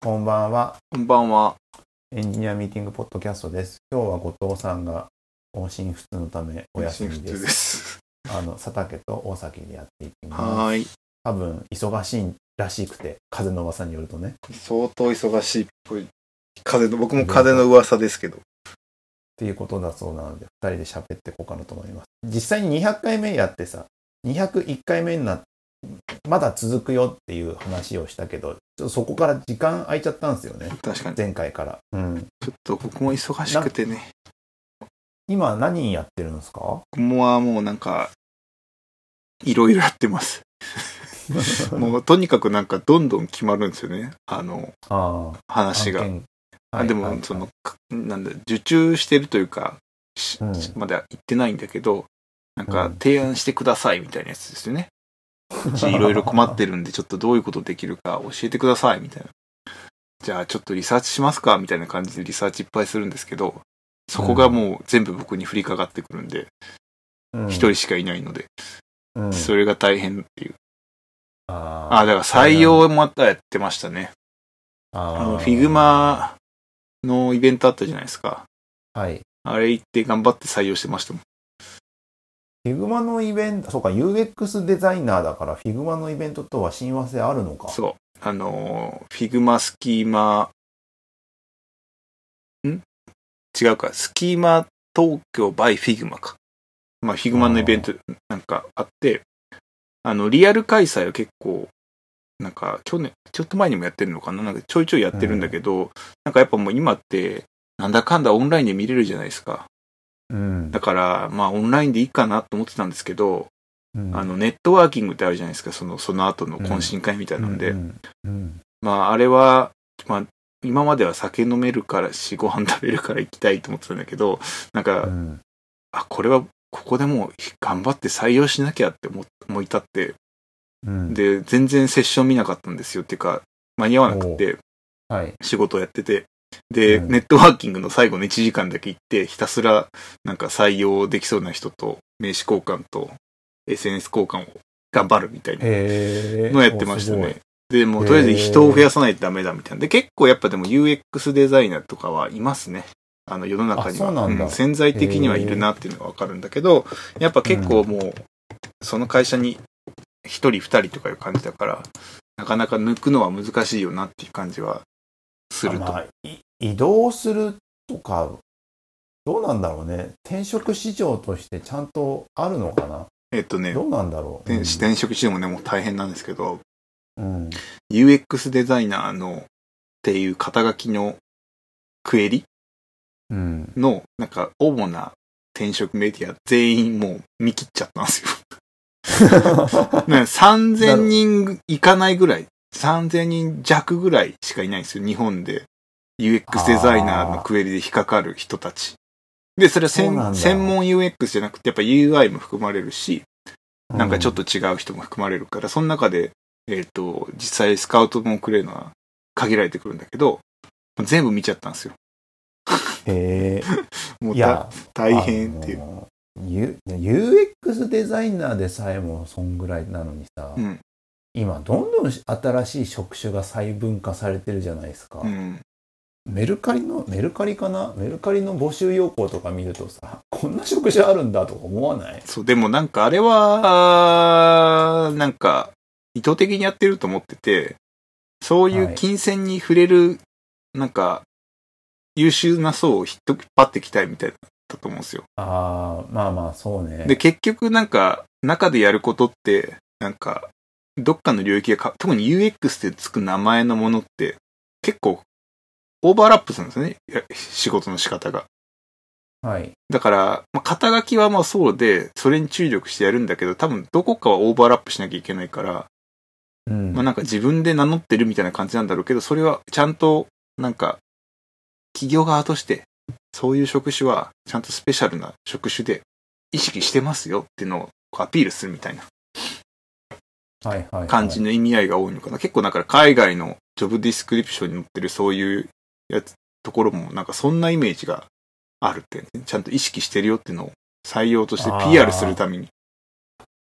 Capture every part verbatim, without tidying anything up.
こんばんは。 こんばんは。 エンジニアミーティングポッドキャストです。今日は後藤さんが音信不通のためお休みです。 音信不通です。 あの佐竹と大崎でやっていきます。 はい。 多分忙しいらしくて、風の噂によるとね。 相当忙しいっぽい。風の僕も風の噂ですけど。 っていうことだそうなので、ふたりで喋っていこうかなと思います。実際ににひゃっかいめやってさ、にひゃくいっかいめになってまだ続くよっていう話をしたけど、ちょっとそこから時間空いちゃったんですよね。 確かに。 前回から。うん。 ちょっと僕も忙しくてね。 今何やってるんですか？ 僕もはもうなんか、いろいろやってます。もうとにかくなんかどんどん決まるんですよね。あの、 あ話が。 あでも、はいはい、その、なんだ、受注してるというか、うん、まだ言ってないんだけど、なんか提案してくださいみたいなやつですよね。うちいろいろ困ってるんで、ちょっとどういうことできるか教えてくださいみたいな。じゃあちょっとリサーチしますかみたいな感じでリサーチいっぱいするんですけど、そこがもう全部僕に降りかかってくるんで、一、うん、人しかいないので、うん、それが大変っていう。ああ、だから採用もまたやってましたね。ああの、フィグマのイベントあったじゃないですか。 はい。 あれ行って頑張って採用してましたもん。 Figma のイベント、そうか、ユーエックス デザイナーだから Figma のイベントとは親和性あるのか。 そう。あの、Figma スキーマ、ん違うか。スキーマ東京 by Figma か。まあ、Figma のイベントなんかあって、あの、リアル開催は結構、なんか、去年、ちょっと前にもやってるのかななんかちょいちょいやってるんだけど、うん、なんかやっぱもう今って、なんだかんだオンラインで見れるじゃないですか。 うん、 だから、まあ、オンラインでいいかなと思ってたんですけど、うん、あの、ネットワーキングってあるじゃないですか。その、その後の懇親会みたいなんで。 うんうん、 まあ、あれは、まあ、今までは酒飲めるからし、ご飯食べるから行きたいと思ってたんだけど、なんか、うん、あ、これは、ここでもう頑張って採用しなきゃって思思い立って、うん、で、全然セッション見なかったんですよ。っていうか、間に合わなくて、はい、仕事をやってて、で、うん、ネットワーキングの最後のいちじかんだけ行って、ひたすら、なんか採用できそうな人と名刺交換と エスエヌエス 交換を頑張るみたいなのをやってましたね。で、もうとりあえず人を増やさないとダメだみたいな。で、結構やっぱでも ユーエックス デザイナーとかはいますね。あの世の中には。うん、潜在的にはいるなっていうのがわかるんだけど、やっぱ結構もう、その会社に一人二人とかいう感じだから、なかなか抜くのは難しいよなっていう感じはすると。 まあ、移動するとか、どうなんだろうね。転職市場としてちゃんとあるのかな。 えっとね、 どうなんだろう。 うん、転職市場もね、もう大変なんですけど、うん、ユーエックス デザイナーのっていう肩書きのクエリの、なんか主な転職メディア全員もう見切っちゃったんですよ。さんぜんにんいかないぐらい、さんぜんにん弱ぐらいしかいないんですよ、日本で。ユーエックス デザイナーのクエリで引っかかる人たち。で、それは専門 ユーエックス じゃなくて、やっぱ ユーアイ も含まれるし、なんかちょっと違う人も含まれるから、その中で、えっと、実際スカウトもくれるのは限られてくるんだけど、全部見ちゃったんですよ。 へえ。 もういや大変っていう。 ユーエックス デザイナーでさえもそんぐらいなのにさ、うん、今どんどん新しい職種が細分化されてるじゃないですか。うん、メルカリの、メルカリかなメルカリの募集要項とか見るとさ、こんな職種あるんだとか思わない？ そう、でもなんかあれは、なんか意図的にやってると思ってて、そういう金銭に触れる、はい、なんか優秀な層を引っ張ってきたいみたいだったと思うんですよ。 ああ、まあまあそうね。 で、結局なんか中でやることって、なんかどっかの領域が、特に ユーエックス でつく名前のものって結構オーバーラップするんですね。仕事の仕方が。 はい。 だから、まあ、肩書きはまあそうで、それに注力してやるんだけど、多分どこかはオーバーラップしなきゃいけないから、うん、まあなんか自分で名乗ってるみたいな感じなんだろうけど、それはちゃんと、なんか、企業側として、そういう職種はちゃんとスペシャルな職種で意識してますよっていうのをアピールするみたいな感じの意味合いが多いのかな。結構だから海外のジョブディスクリプションに載ってるそういうやつところもなんかそんなイメージがあるって、ね、ちゃんと意識してるよっていうのを採用として ピーアール するために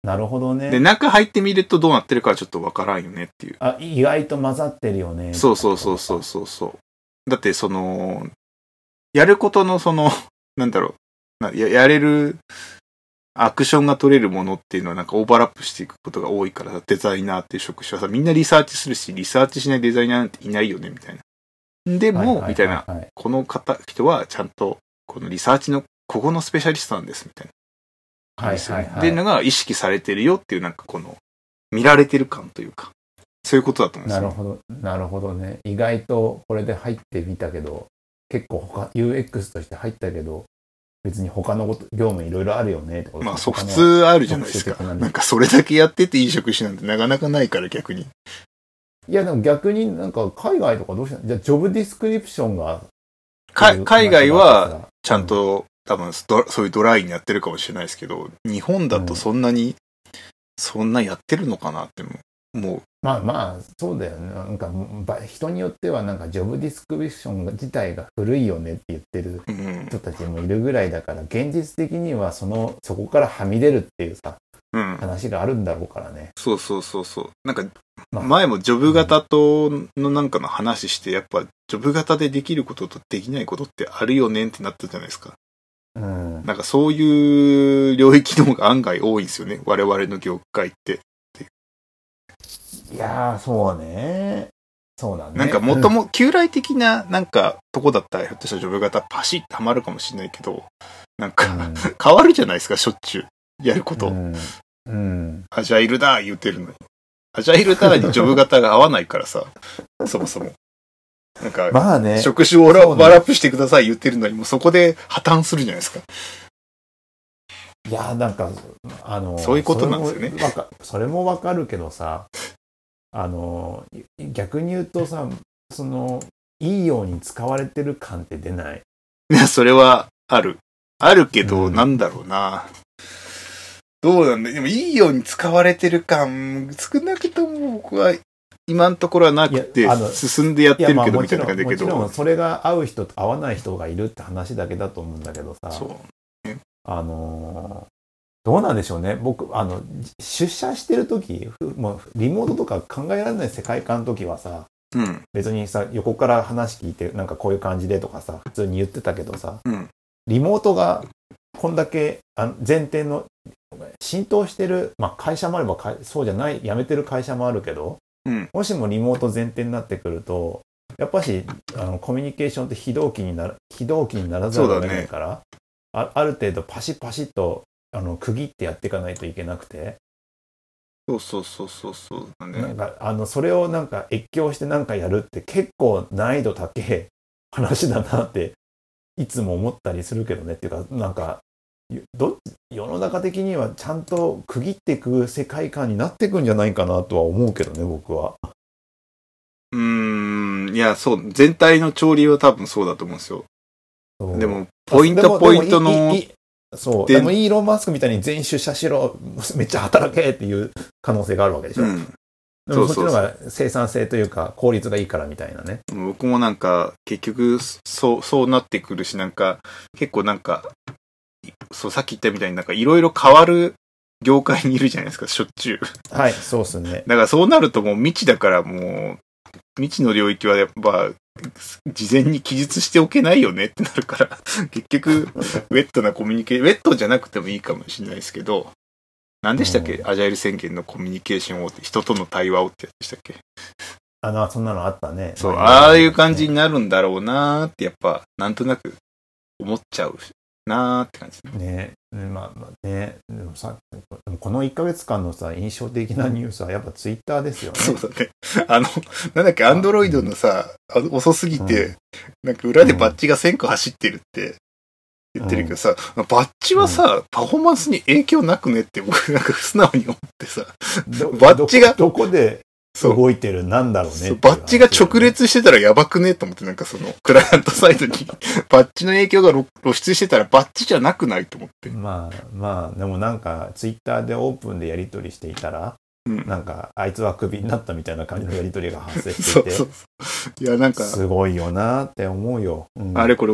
なるほどね。 で、中入ってみるとどうなってるかはちょっとわからんよねっていう。 あ、意外と混ざってるよね。 そうそうそうそうそうそう。だってその、やることのその、なんだろう、なや、やれる、アクションが取れるものっていうのはなんかオーバーラップしていくことが多いから、デザイナーっていう職種はさ、みんなリサーチするし、リサーチしないデザイナーなんていないよね、みたいな。でも、みたいな、この方、人はちゃんと、このリサーチの、ここのスペシャリストなんです、みたいな。 はいはいはい。 っていうのが意識されてるよっていう、なんかこの、見られてる感というか、そういうことだと思うんですよ。 なるほど、なるほどね。意外とこれで入ってみたけど、結構他、ユーエックス として入ったけど、別に他のこと業務いろいろあるよねってこと。 まあそう、普通あるじゃないですか。なんかそれだけやってていい職種なんてなかなかないから逆に。 いやでも逆になんか海外とかどうしたじゃあジョブディスクリプションが。 海外はちゃんと、多分そういうドライにやってるかもしれないですけど、日本だとそんなに、うん、そんなやってるのかなって思う。 まあまあそうだよね。なんか人によってはなんかジョブディスクリプション自体が古いよねって言ってる人たちもいるぐらいだから、現実的にはそのそこからはみ出るっていうさ、うん、話があるんだろうからね。 そうそうそうそう。なんか前もジョブ型とのなんかの話して、やっぱジョブ型でできることとできないことってあるよねってなったじゃないですか。うん、なんかそういう領域の方が案外多いんですよね。我々の業界って。 いやー、そうね。そうだね。 なんかもとも、旧来的ななんかとこだったらひょっとしたらジョブ型パシッとはまるかもしれないけど、なんか、うん、変わるじゃないですか、しょっちゅう。やること。うん。うん、アジャイルだ言うてるのに。アジャイルだにジョブ型が合わないからさ、そもそも。なんか、まあね、職種をオーバーラップしてください言ってるのに、もうそこで破綻するじゃないですか。 いやなんか、あの、 そういうことなんですよね。 それもわか、それもわかるけどさ、あの、逆に言うとさ、その、いいように使われてる感って出ない？ いや、それはある。あるけど、うん、なんだろうな。どうなんだ、でもいいように使われてる感、少なくとも僕は今のところはなくて、進んでやってるけどみたいな感じだけど。 もちろんそれが合う人と合わない人がいるって話だけだと思うんだけどさ。そう。ね、あのー、どうなんでしょうね。僕、あの、出社してる時、もうリモートとか考えられない世界観の時はさ、うん、別にさ、横から話聞いて、なんかこういう感じでとかさ、普通に言ってたけどさ、うん、リモートがこんだけ前提の浸透してる、まあ会社もあればそうじゃない、辞めてる会社もあるけど、うん、もしもリモート前提になってくると、やっぱしあのコミュニケーションって非同期になる、非同期にならざるを得ないから、ね、あ, ある程度パシッパシッとあの区切ってやっていかないといけなくて。 そうそうそうそうそう、ね、 なんかあのそれをなんか越境してなんかやるって結構難易度高い話だなっていつも思ったりするけどね。っていうかなんかど世の中的にはちゃんと区切っていく世界観になっていくんじゃないかなとは思うけどね、僕は。 うーん、いや、そう、全体の潮流は多分そうだと思うんですよ。でも、ポイントポイントの、 そう、でもイーロン・マスクみたいに全員出社しろ、めっちゃ働けっていう可能性があるわけでしょ。うん、でもそっちの方が生産性というか効率がいいからみたいなね。 僕もなんか、結局、そう、そうなってくるし、なんか、結構なんか、そう、さっき言ったみたいになんかいろいろ変わる業界にいるじゃないですか、しょっちゅう。 はい、そうっすね。 だからそうなるともう未知だからもう、未知の領域はやっぱ、事前に記述しておけないよねってなるから、結局、ウェットなコミュニケーション、ウェットじゃなくてもいいかもしれないですけど、何でしたっけ、うん、アジャイル宣言のコミュニケーションをって、人との対話をってやつでしたっけ。 あの、そんなのあったね。 そう、ああいう感じになるんだろうなーって、やっぱ、なんとなく思っちゃうなーって感じね。まあまあね、でもさ、でもこのいっかげつかんのさ、印象的なニュースはやっぱツイッターですよね。 そうだね。あの、なんだっけ、アンドロイドのさ、あの遅すぎて、うん、なんか裏でバッジがせんこ走ってるって言ってるけどさ、うん、バッジはさ、うん、パフォーマンスに影響なくねって僕なんか素直に思ってさ、バッジが、 どこで動いてるなんだろうね。 バッジが直列してたらやばくねと思って、なんかその、クライアントサイドにバッジの影響が露出してたらバッジじゃなくないと思って。 まあまあ、でもなんか、ツイッターでオープンでやり取りしていたら、うん、なんか、あいつはクビになったみたいな感じのやり取りが発生していて、そうそうそう、いやなんか、すごいよなって思うよ。 うん、あれこれ、オ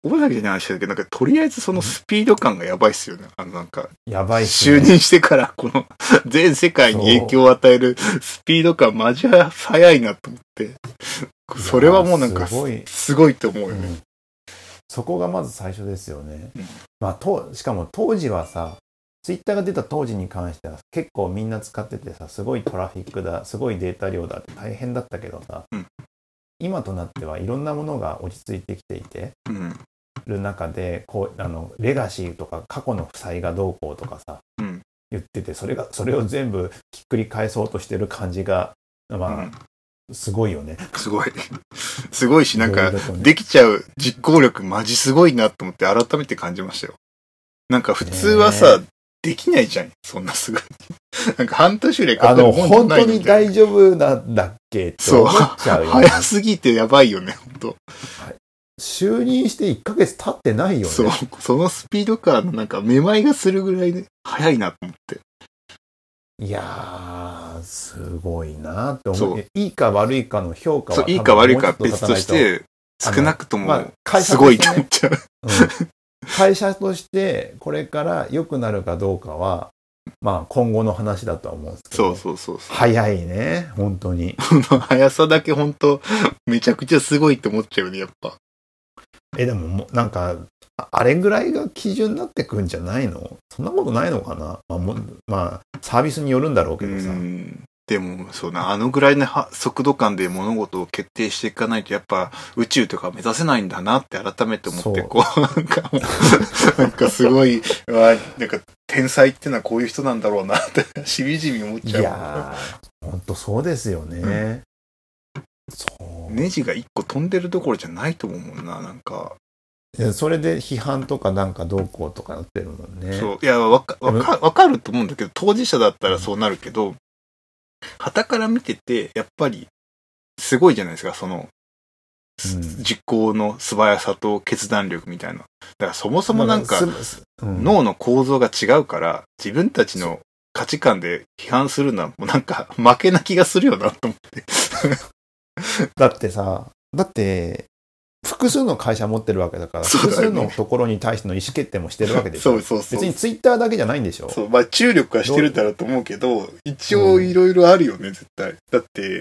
小畑じゃない話だけど、なんかとりあえずそのスピード感がやばいっすよね。あのなんか、 やばいっすね。 就任してからこの全世界に影響を与えるスピード感マジ速いなと思って。それはもうなんかすごい、すごいと思うよね、うん。 そこがまず最初ですよね。 うん、 まあと、しかも当時はさ、ツイッターが出た当時に関しては結構みんな使っててさ、すごいトラフィックだ、すごいデータ量だって大変だったけどさ、 うん、 今となってはいろんなものが落ち着いてきていて、 うん、 る中でこうあのレガシーとか過去の負債がどうこうとかさ、 うん、 言ってて、それがそれを全部ひっくり返そうとしてる感じがまあ、うんすごいよね。 すごい。すごいし、なんか、できちゃう実行力マジすごいなと思って改めて感じましたよ。なんか普通はさ、できないじゃん。そんなすぐ。なんか半年ぐらいかかるもんじゃないのみたいな。本当に大丈夫なんだっけって思っちゃうよね。 そう。早すぎてやばいよね、本当。 はい、就任していっかげつ経ってないよね。 そう。そのスピード感のなんかめまいがするぐらいで早いなと思って。 いやー、すごいなって思う。いいか悪いかの評価は。 そう、いいか悪いかは別として、少なくとも、すごいと思っちゃう、 うん。会社として、これから良くなるかどうかは、まあ今後の話だとは思うんですけど。 そうそうそうそう。 早いね、本当に。 速さだけ本当、めちゃくちゃすごいって思っちゃうよね、やっぱ。 え、でも、なんか、あれぐらいが基準になってくんじゃないの？そんなことないのかな。まあ、もまあ、サービスによるんだろうけどさ。 うんでも、そうな、あのぐらいの速度感で物事を決定していかないと、やっぱ宇宙とか目指せないんだなって改めて思って、こう、なんかもう、なんかすごい、なんか天才ってのはこういう人なんだろうなって、しみじみ思っちゃう。 いやー、ほんとそうですよね。うんそうネジが一個飛んでるどころじゃないと思うもんな、なんか。 いやそれで批判とかなんかどうこうとかなってるもんね。 そう。いや、わか、わか、わかると思うんだけど、当事者だったらそうなるけど、傍から見てて、やっぱり、すごいじゃないですか、その、うん、実行の素早さと決断力みたいな。だからそもそもなんか、うん、脳の構造が違うから、自分たちの価値観で批判するのはもうなんか負けな気がするよなと思って。 だってさ、だって、複数の会社持ってるわけだから、複数のところに対しての意思決定もしてるわけでしょ。そうそうそう。別にツイッターだけじゃないんでしょ。 そう、まあ注力はしてるんだろうと思うけど、一応いろいろあるよね、うん、絶対。だって、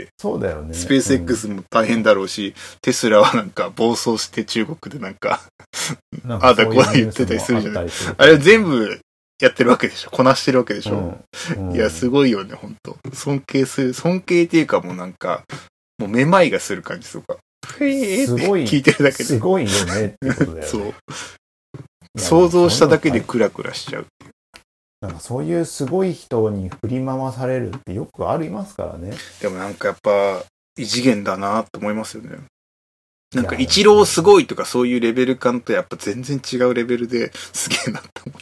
そうだよね。 スペース X も大変だろうし、うん、テスラはなんか暴走して中国でなんか、なんかああだこうだ言ってたりするじゃない。あれ全部やってるわけでしょ。こなしてるわけでしょ。うんうん、いや、すごいよね、本当尊敬する、尊敬っていうかもうなんか、もうめまいがする感じとか。 すごい、 聞いてるだけで。 すごいよねってことだよね。 そう。想像しただけでクラクラしちゃうっていう。 なんかそういうすごい人に振り回されるってよくありますからね。 でもなんかやっぱ異次元だなと思いますよね。なんかイチローすごいとかそういうレベル感とやっぱ全然違うレベルですげえなって思って。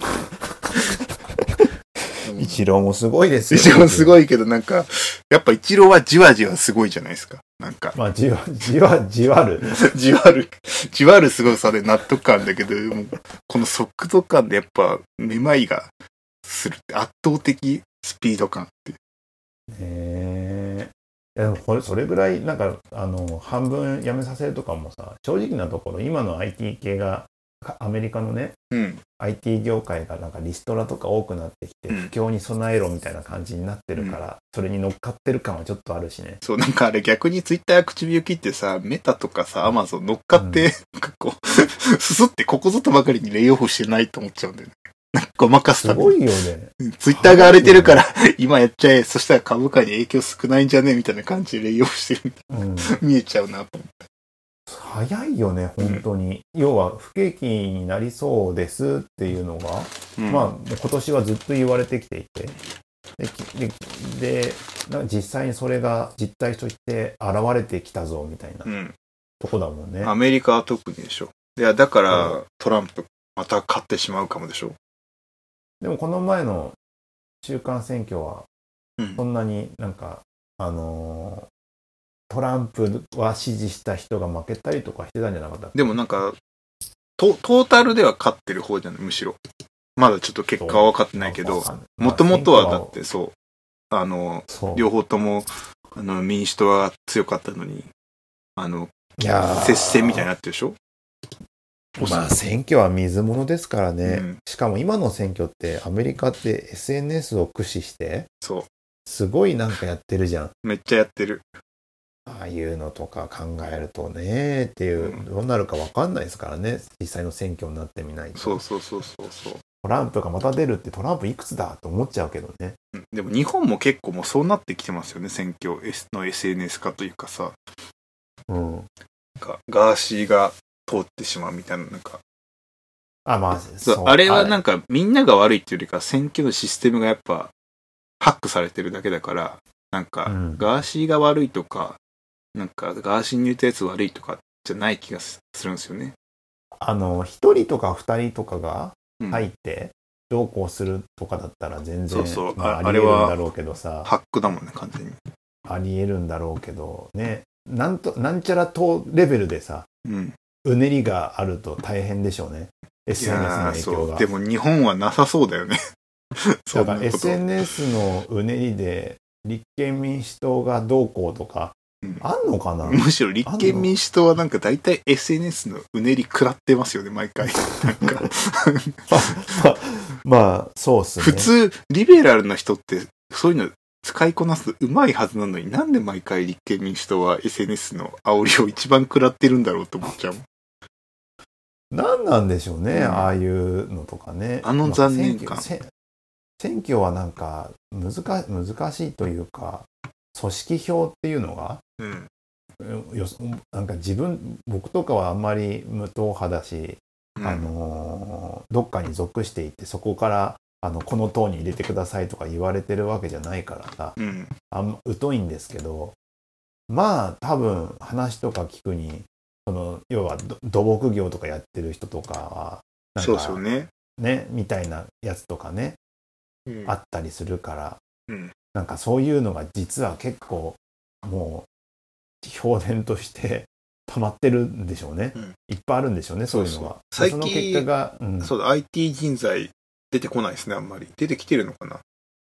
イチローもすごいですよ、 ね。イチローすごいけどなんか、やっぱイチローはじわじわすごいじゃないですか。なんか。 まあじわ、じわ、じわる。 じわる。じわるすごさで納得感だけど、もうこの速度感でやっぱめまいがするって圧倒的スピード感って。 へえ。いやこれそれぐらいなんかあの半分やめさせるとかもさ、正直なところ今の アイティー 系がアメリカのね、 うん、 アイティー 業界がなんかリストラとか多くなってきて、不況に備えろみたいな感じになってるから、うん、それに乗っかってる感はちょっとあるしね。 そう、なんかあれ逆にツイッターや唇切ってさ、メタとかさ、アマゾン乗っかって、うん、なんかこう、すすってここぞとばかりにレイオフしてないと思っちゃうんだよね。なんかごまかすために。 すごいよね。 ツイッターが荒れてるから、今やっちゃえ、そしたら株価に影響少ないんじゃねみたいな感じでレイオフしてるみたいな、うん、見えちゃうなと思って。 早いよね、本当に。うん、要は、不景気になりそうですっていうのが、うん、まあ、今年はずっと言われてきていて、で、でで実際にそれが実態として現れてきたぞ、みたいな、うん、とこだもんね。 アメリカは特にでしょ。いや、だから、トランプ、また勝ってしまうかもでしょ。 でも、この前の中間選挙は、そんなになんか、うん、あのー、トランプは支持した人が負けたりとかしてたんじゃなかったっけ？ でもなんかト、トータルでは勝ってる方じゃない、むしろ。まだちょっと結果は分かってないけど、もともとはだってそう、あの、両方とも、あの、民主党は強かったのに、あの、接戦みたいになってるでしょ？ まあ選挙は水物ですからね、 うん、 しかも今の選挙ってアメリカって エスエヌエス を駆使してそうすごいなんかやってるじゃん。 めっちゃやってる。 ああいうのとか考えるとねっていう、うん、どうなるか分かんないですからね、実際の選挙になってみないと。 そうそうそうそうそう。 トランプがまた出るってトランプいくつだと思っちゃうけどね、 うん、でも日本も結構もうそうなってきてますよね、選挙の エスエヌエス 化というかさ、 うん、 なんかガーシーが通ってしまうみたいな、なんかあ、まあそうあれはなんかみんなが悪いっていうよりか選挙のシステムがやっぱハックされてるだけだから、なんかガーシーが悪いとか、うん、なんかガーシーに言ったやつ悪いとかじゃない気がするんですよね。 あの一人とか二人とかが入ってどうこうするとかだったら全然、 そうそう、 まあ、ありえるんだろうけどさ、 ハックだもんね完全に。 ありえるんだろうけどね、なんとなんちゃら党レベルでさ、うん、うねりがあると大変でしょうね、 エスエヌエス の影響が。 でも日本はなさそうだよねだから エスエヌエス のうねりで立憲民主党がどうこうとか、うん、あんのかな。 むしろ立憲民主党はなんか大体 エスエヌエス のうねり食らってますよね毎回なんかまあ、まあそうっすね。 普通リベラルな人ってそういうの使いこなすうまいはずなのに、なんで毎回立憲民主党は エスエヌエス の煽りを一番食らってるんだろうと思っちゃう。 何なんでしょうね、うん、ああいうのとかね。 あの残念感、 まあ、選, 選挙はなんか 難, 難しいというか、組織票っていうのが、うん、よなんか自分僕とかはあんまり無党派だし、うん、あのどっかに属していてそこからあのこの党に入れてくださいとか言われてるわけじゃないからさ、うん、あん疎いんですけど、まあ多分話とか聞くに、その要は土木業とかやってる人とかはなんかそうそうね、 ねみたいなやつとかね、うん、あったりするから、 うん、 なんかそういうのが実は結構もう評伝として溜まってるんでしょうね、うん、いっぱいあるんでしょうね、そういうのが。 最近その結果が、 うん、そうだ アイティー 人材出てこないですね、あんまり。出てきてるのかな。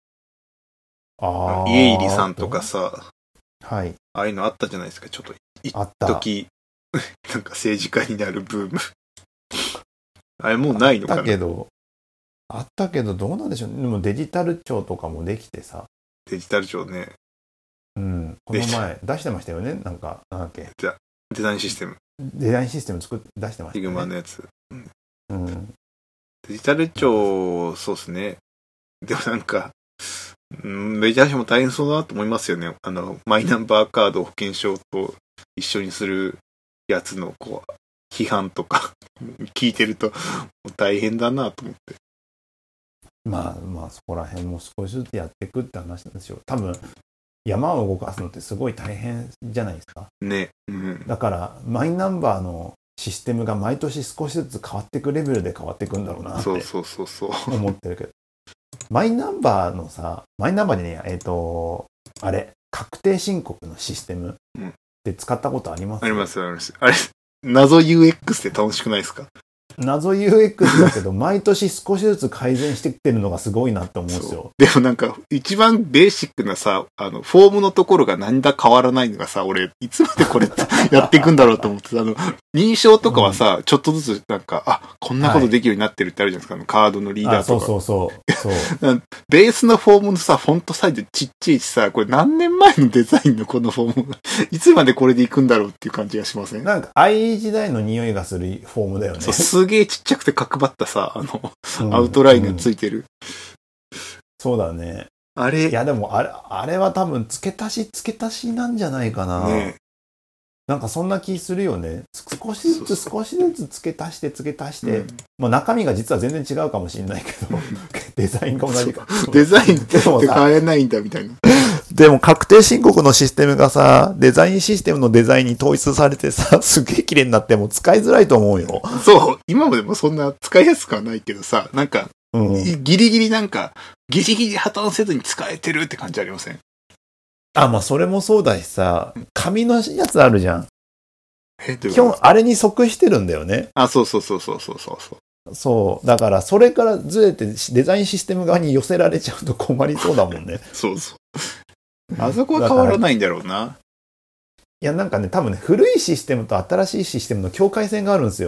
ああ、 家入さんとかさ、 はい、 ああいうのあったじゃないですか、ちょっと一時なんか政治家になるブームあれもうないのかな。 あったけどあったけどどうなんでしょうね。でもデジタル庁とかもできてさ、 デジタル庁ね、 うん、この前出してましたよね、なんかなんだっけ、 デザインシステムデザインシステム作って出してましたね、 ヒグマのやつ、 うん、うん、 デジタル庁、そうですね。でもなんか、うん、デジタル庁も大変そうだなと思いますよね。あのマイナンバーカード保険証と一緒にするやつのこう批判とか聞いてると大変だなと思って。 まあまあそこら辺も少しずつやっていくって話なんですよ。多分山を動かすのってすごい大変じゃないですか。 ね、うん、 だからマイナンバーのシステムが毎年少しずつ変わっていくレベルで変わっていくんだろうなって思ってるけど、マイナンバーのさ、マイナンバーでね、えっとあれ確定申告のシステムって使ったことあります？ ありますあります。あれ謎 ユーエックス って楽しくないですか？ 謎 ユーエックス だけど毎年少しずつ改善してきてるのがすごいなって思うんですよ。 でもなんか一番ベーシックなさ、あのフォームのところが何だ変わらないのがさ、俺いつまでこれやっていくんだろうと思って、あの認証とかはさ、うん、ちょっとずつなんかあこんなことできるようになってるってあるじゃないですか、はい、カードのリーダーとか。 そうそうそうそうベースのフォームのさフォントサイズちっちゃいしさ、これ何年前のデザインのこのフォームいつまでこれでいくんだろうっていう感じがしません？ なんか アイイー 時代の匂いがするフォームだよね。 そうすげえちっちゃくて角張ったさ、あの、うん、アウトラインがついてる、うん、 そうだね。 あれいやでもあれあれは多分付け足し付け足しなんじゃないかな、ね、なんかそんな気するよね。少しずつ少しずつ付け足して付け足して、うん、まあ中身が実は全然違うかもしれないけどデザインが同じかデザインって変えないんだみたいな。 でも確定申告のシステムがさ、デザインシステムのデザインに統一されてさ、すげえ綺麗になっても使いづらいと思うよ。 そう、今までもそんな使いやすくはないけどさ、なんか、うん、ギリギリなんか、ギリギリ破綻せずに使えてるって感じありません？ あ、まあそれもそうだしさ、紙のやつあるじゃん。 え、どういうこと？ 基本あれに即してるんだよね。 あ、そうそうそうそうそうそう。 そう。だからそれからずれてデザインシステム側に寄せられちゃうと困りそうだもんね。 そうそう。あそこは変わらないんだろうな。 いやなんかね、多分ね、古いシステムと新しいシステムの境界線があるんですよ。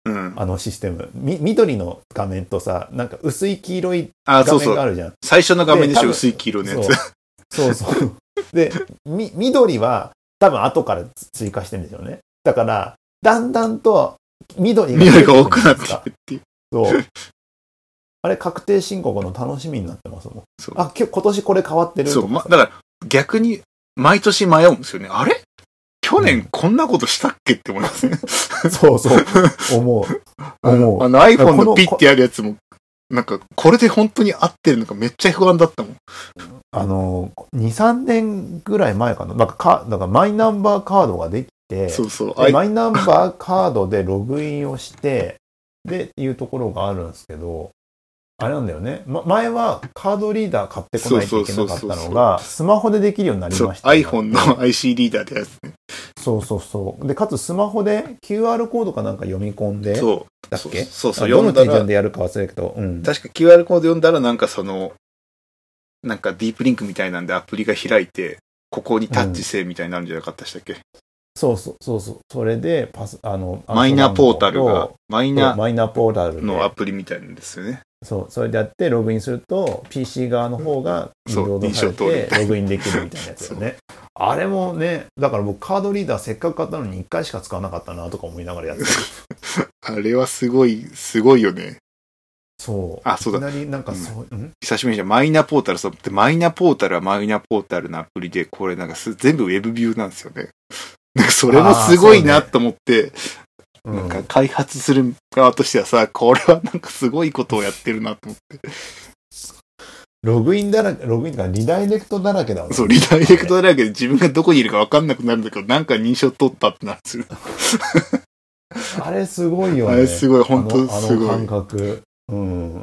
うん、あのシステム。み、緑の画面とさ、なんか薄い黄色い画面があるじゃん。 そうそう最初の画面でしょ、薄い黄色のやつ。 そうそうそう。で、み、緑は多分後から追加してるんですよね。だから、だんだんと緑が緑が多くなっていくっていう。 そう。あれ、確定申告の楽しみになってますもん。あ、今日、今年これ変わってるそう、ま、だから逆に毎年迷うんですよね。あれ去年こんなことしたっけって思いますね。 そうそう。思う。思う。 あの iPhone のピッてやるやつも、なんか、これで本当に合ってるのかめっちゃ不安だったもん。 あの、に、さんねんぐらい前かな。なんかか、なんかマイナンバーカードができて、 そうそう。 マイナンバーカードでログインをして、で、いうところがあるんですけど、あれなんだよね、ま、前はカードリーダー買ってこないといけなかったのがスマホでできるようになりました、 ね、iPhone の アイシー リーダーってやつね。 そうそうそうでかつスマホで キューアール コードかなんか読み込んでそうだっけそうそうどの手順でやるか忘れるけど、うん、 確か キューアール コード読んだらなんかそのなんかディープリンクみたいなんでアプリが開いてここにタッチせえみたいになるんじゃなかったでしたっけ、うん、 そうそうそうそうそれでパスあのマイナポータルがマイナマイナポータルのアプリみたいなんですよね。 そう、それでやってログインすると ピーシー 側の方がリロードされてログインできるみたいなやつよね。あれもね、だから僕カードリーダーせっかく買ったのにいっかいしか使わなかったなとか思いながらやってた。あれはすごい、すごいよね。 そう。 あ、そうだ。 いきなりなんかそう、 うん、久しぶりにマイナポータル、そう。で、マイナポータルはマイナポータルのアプリで、これなんか全部ウェブビューなんですよね。なんかそれもすごいなと思って、なんか開発する側としてはさ、これはなんかすごいことをやってるなと思って。 ログインだらけ、ログインとかリダイレクトだらけだもんね。 そう、リダイレクトだらけで自分がどこにいるか分かんなくなるんだけど、なんか認証取ったってなるんですよ。 あれすごいよね。 あれすごい、本当すごい。 あの感覚。うん。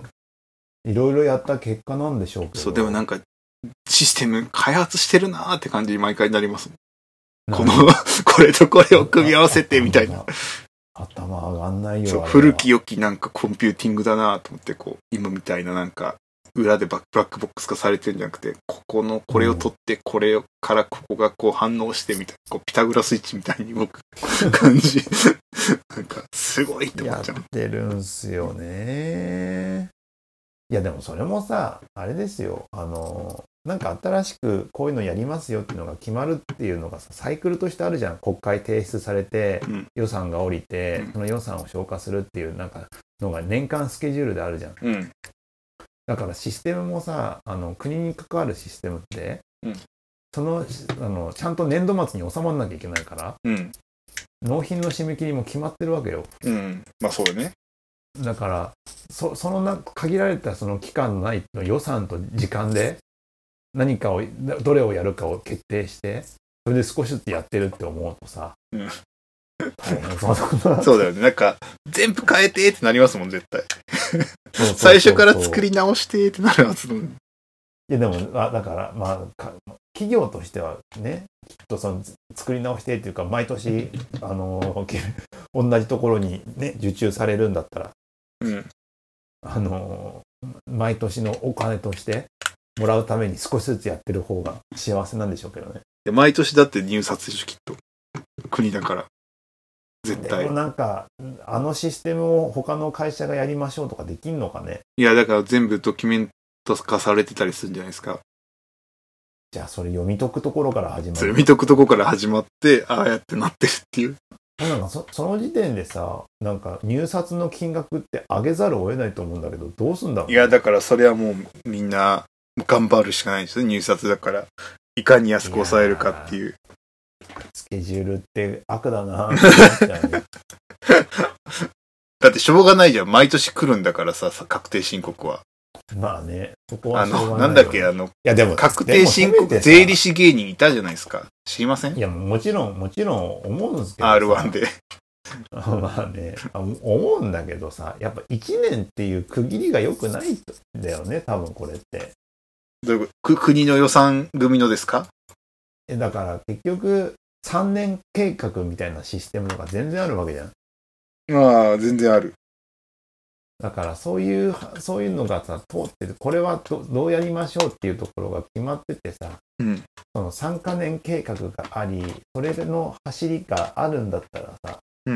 いろいろやった結果なんでしょうけど。 そう、でもなんか、システム開発してるなーって感じに毎回なりますもん。この、これとこれを組み合わせてみたいな。 頭上がんないよ。 そう、古き良きなんかコンピューティングだなと思って、こう、今みたいななんか、裏でバックボックス化されてるんじゃなくて、ここの、これを取って、これからここがこう反応してみたいな、こう、ピタゴラスイッチみたいに動く感じ。なんか、すごいって思っちゃう。 やってるんすよね。いや、でもそれもさ、あれですよ。あの、なんか新しくこういうのやりますよっていうのが決まるっていうのがさ、サイクルとしてあるじゃん。国会提出されて、うん、予算が下りて、うん、その予算を消化するっていうなんかのが年間スケジュールであるじゃん。うん、だからシステムもさ、あの国に関わるシステムって、うん、そのあのちゃんと年度末に収まらなきゃいけないから、うん、納品の締め切りも決まってるわけよ。 うん、まあそうだね。 だからそそのな限られたその期間のない予算と時間で何かをどれをやるかを決定してそれで少しずつやってるって思うとさ、うん、大変そうだな。 そうだよね。なんか全部変えてってなりますもん絶対。最初から作り直してってなるはずの。いやでもあだからまあ企業としてはねきっとその作り直してっていうか毎年あの同じところにね受注されるんだったら、うん、あの毎年のお金としてもらうために少しずつやってる方が幸せなんでしょうけどね。 毎年だって入札でしょきっと国だから絶対。 でもなんかあのシステムを他の会社がやりましょうとかできんのかね。 いやだから全部ドキュメント化されてたりするんじゃないですか。 じゃあそれ読み解くところから始まる。 読み解くところから始まってああやってなってるっていう。 なんか そ, その時点でさなんか入札の金額って上げざるを得ないと思うんだけどどうすんだろう、ね、 いやだからそれはもうみんな頑張るしかないんですよ入札だからいかに安く抑えるかっていう。 スケジュールって悪だなって思っちゃうね。 だってしょうがないじゃん毎年来るんだからさ確定申告は。 まあねそこはしょうがないよね。 あのなんだっけあのいやでも確定申告税理士芸人いたじゃないですか知りません？ いやもちろんもちろん思うんですけどアールワン でまあね思うんだけどさやっぱいちねんっていう区切りが良くないんだよね多分これって。 どういうこと？国の予算組のですか？ だから結局さんねん計画みたいなシステムとか全然あるわけじゃん。 ああ全然ある。 だからそういうそういうのがさ通ってるこれは ど, どうやりましょうっていうところが決まっててさ、うん、そのさんかねん計画がありそれの走りがあるんだったらさ、うん、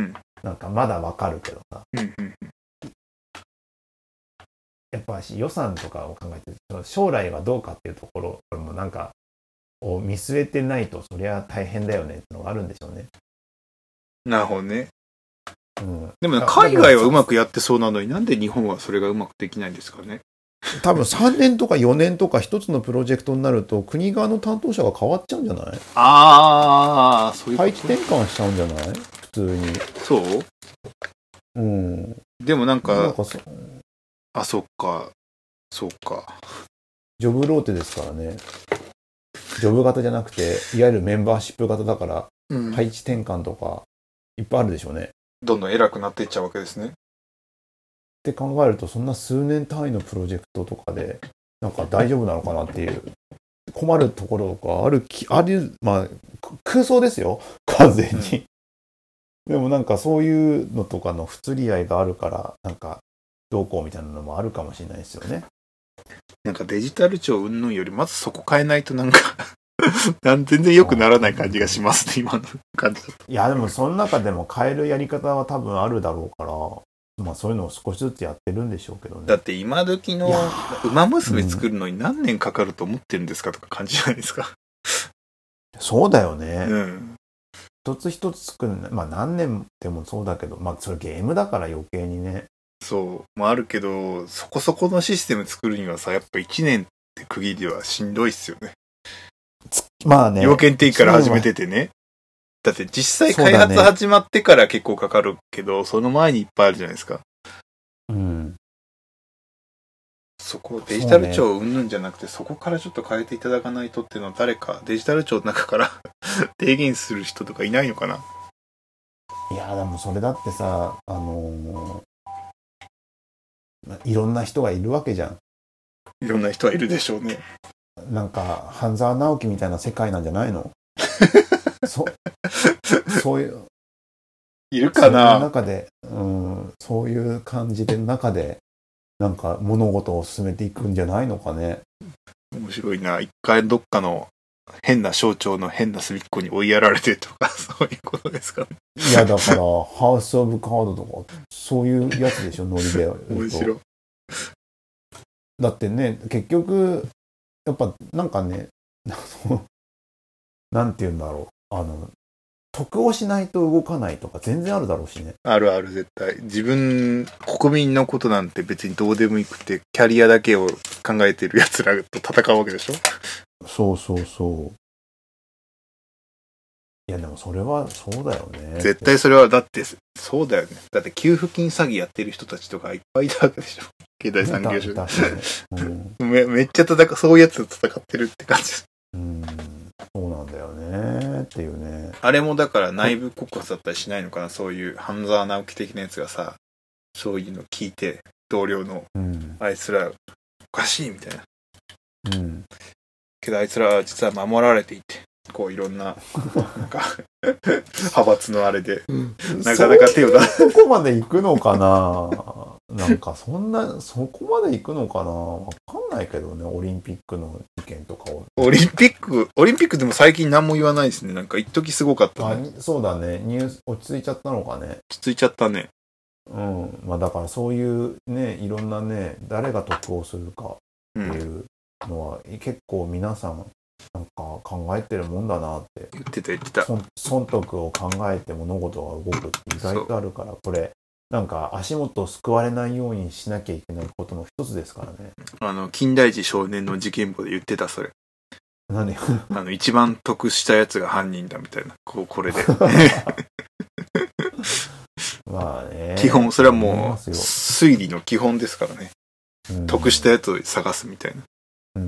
なんかまだわかるけどさ、 うんうんうん、 やっぱし予算とかを考えて将来はどうかっていうところこれもなんかを見据えてないとそりゃ大変だよねってのがあるんでしょうね。 なるほどね。 うん、 でも、ね、海外はうまくやってそうなのになんで日本はそれがうまくできないんですかね。 多分さんねんとかよねんとか一つのプロジェクトになると国側の担当者が変わっちゃうんじゃない？ ああ、そういうこと。 配置転換しちゃうんじゃない？普通に。 そう？ うん。 でもなんか、 なんかそあ、そっか。そうか。 ジョブローテですからね。ジョブ型じゃなくて、いわゆるメンバーシップ型だから、うん、配置転換とかいっぱいあるでしょうね。 どんどん偉くなっていっちゃうわけですね。 って考えると、そんな数年単位のプロジェクトとかで、なんか大丈夫なのかなっていう、困るところがあるき、ある、まあ、空想ですよ、完全に。うん、でもなんかそういうのとかの不釣り合いがあるから、なんか、どうこうみたいなのもあるかもしれないですよね。 なんかデジタル庁云々より、まずそこ変えないとなんか全然良くならない感じがしますね、今の感じだと。 いや、でもその中でも変えるやり方は多分あるだろうから、まあそういうのを少しずつやってるんでしょうけどね。 だって今時の馬娘作るのに何年かかると思ってるんですかとか感じじゃないですか。 うん、そうだよね。 うん。 一つ一つ作る、まあ何年でもそうだけど、まあそれゲームだから余計にね。 そう。もあるけど、そこそこのシステム作るにはさ、やっぱいちねんって区切りはしんどいっすよね。 まあね。 要件定義から始めててね。だって実際開発始まってから結構かかるけど、そ, ね、その前にいっぱいあるじゃないですか。 うん。 そこデジタル庁うんぬんじゃなくて、そこからちょっと変えていただかないとっていうのは誰かデジタル庁の中から提言する人とかいないのかな。 いやでもそれだってさ、あのー、いろんな人がいるわけじゃん。 いろんな人はいるでしょうね。 なんか半沢直樹みたいな世界なんじゃないの？そそういういるかな。 そういう中で、うん、そういう感じで中でなんか物事を進めていくんじゃないのかね。 面白いな。一回どっかの変な省庁の変な隅っこに追いやられてとかそういうことですかね。 いやだからハウスオブカードとかそういうやつでしょ、ノリで。 面白い。 だってね、結局やっぱなんかね、なんて言うんだろう、あの得をしないと動かないとか全然あるだろうしね。 あるある、絶対。自分国民のことなんて別にどうでもいいくてキャリアだけを考えてる奴らと戦うわけでしょ。 そうそうそう。いやでもそれはそうだよね。 絶対それはだってそうだよね。だって給付金詐欺やってる人たちとかいっぱいいたわけでしょ。経済産業省で、うん、め, めっちゃ戦う、そういうやつと戦ってるって感じ。 うん、そうなんだよねっていうね。 あれもだから内部告発だったりしないのかな。そういう半沢直樹的なやつがさ、そういうの聞いて同僚の、うん、あいつらおかしいみたいな。うん。けどあいつらは実は守られていて。こういろんななんか派閥のあれでなかなか手を出す。 そこまで行くのかな。なんかそんなそこまで行くのかな。わかんないけどね。オリンピックの事件とかを。 オリンピックオリンピックでも最近何も言わないですね。なんか一時すごかったね。 あ、そうだね。ニュース落ち着いちゃったのかね。 落ち着いちゃったね。 うん。まあだからそういうね、いろんなね、誰が得をするかっていうのは、うん、結構皆さんなんか考えてるもんだなって。 言ってた言ってた。 損得を考えて物事が動くって意外とあるから、これなんか足元を救われないようにしなきゃいけないことの一つですからね。 あの金田一少年の事件簿で言ってたそれ。 何？ あの一番得したやつが犯人だみたいな。こうこれで。 まあね。 基本それはもう推理の基本ですからね。得したやつを探すみたいな。 うん。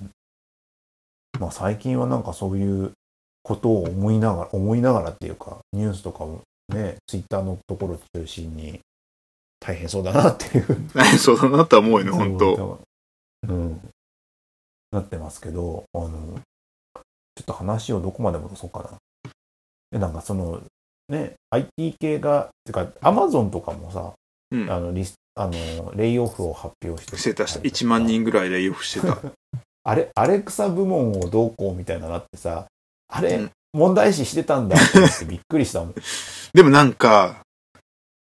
まあ、最近はなんかそういうことを思いながら思いながらっていうかニュースとかもねツイッターのところを中心に大変そうだなっていう大変そうだなとは思うよね本当。 うんなってますけど、あのちょっと話をどこまで戻そうかな。でなんかそのね アイティー 系がっていうかアマゾンとかもさ、うん、あのリスあのレイオフを発表してしてたしたいちまんにんぐらいレイオフしてた。 あれ、アレクサ部門をどうこうみたいなのあってさ、あれ、うん、問題視してたんだって思ってびっくりしたもん。 でもなんか、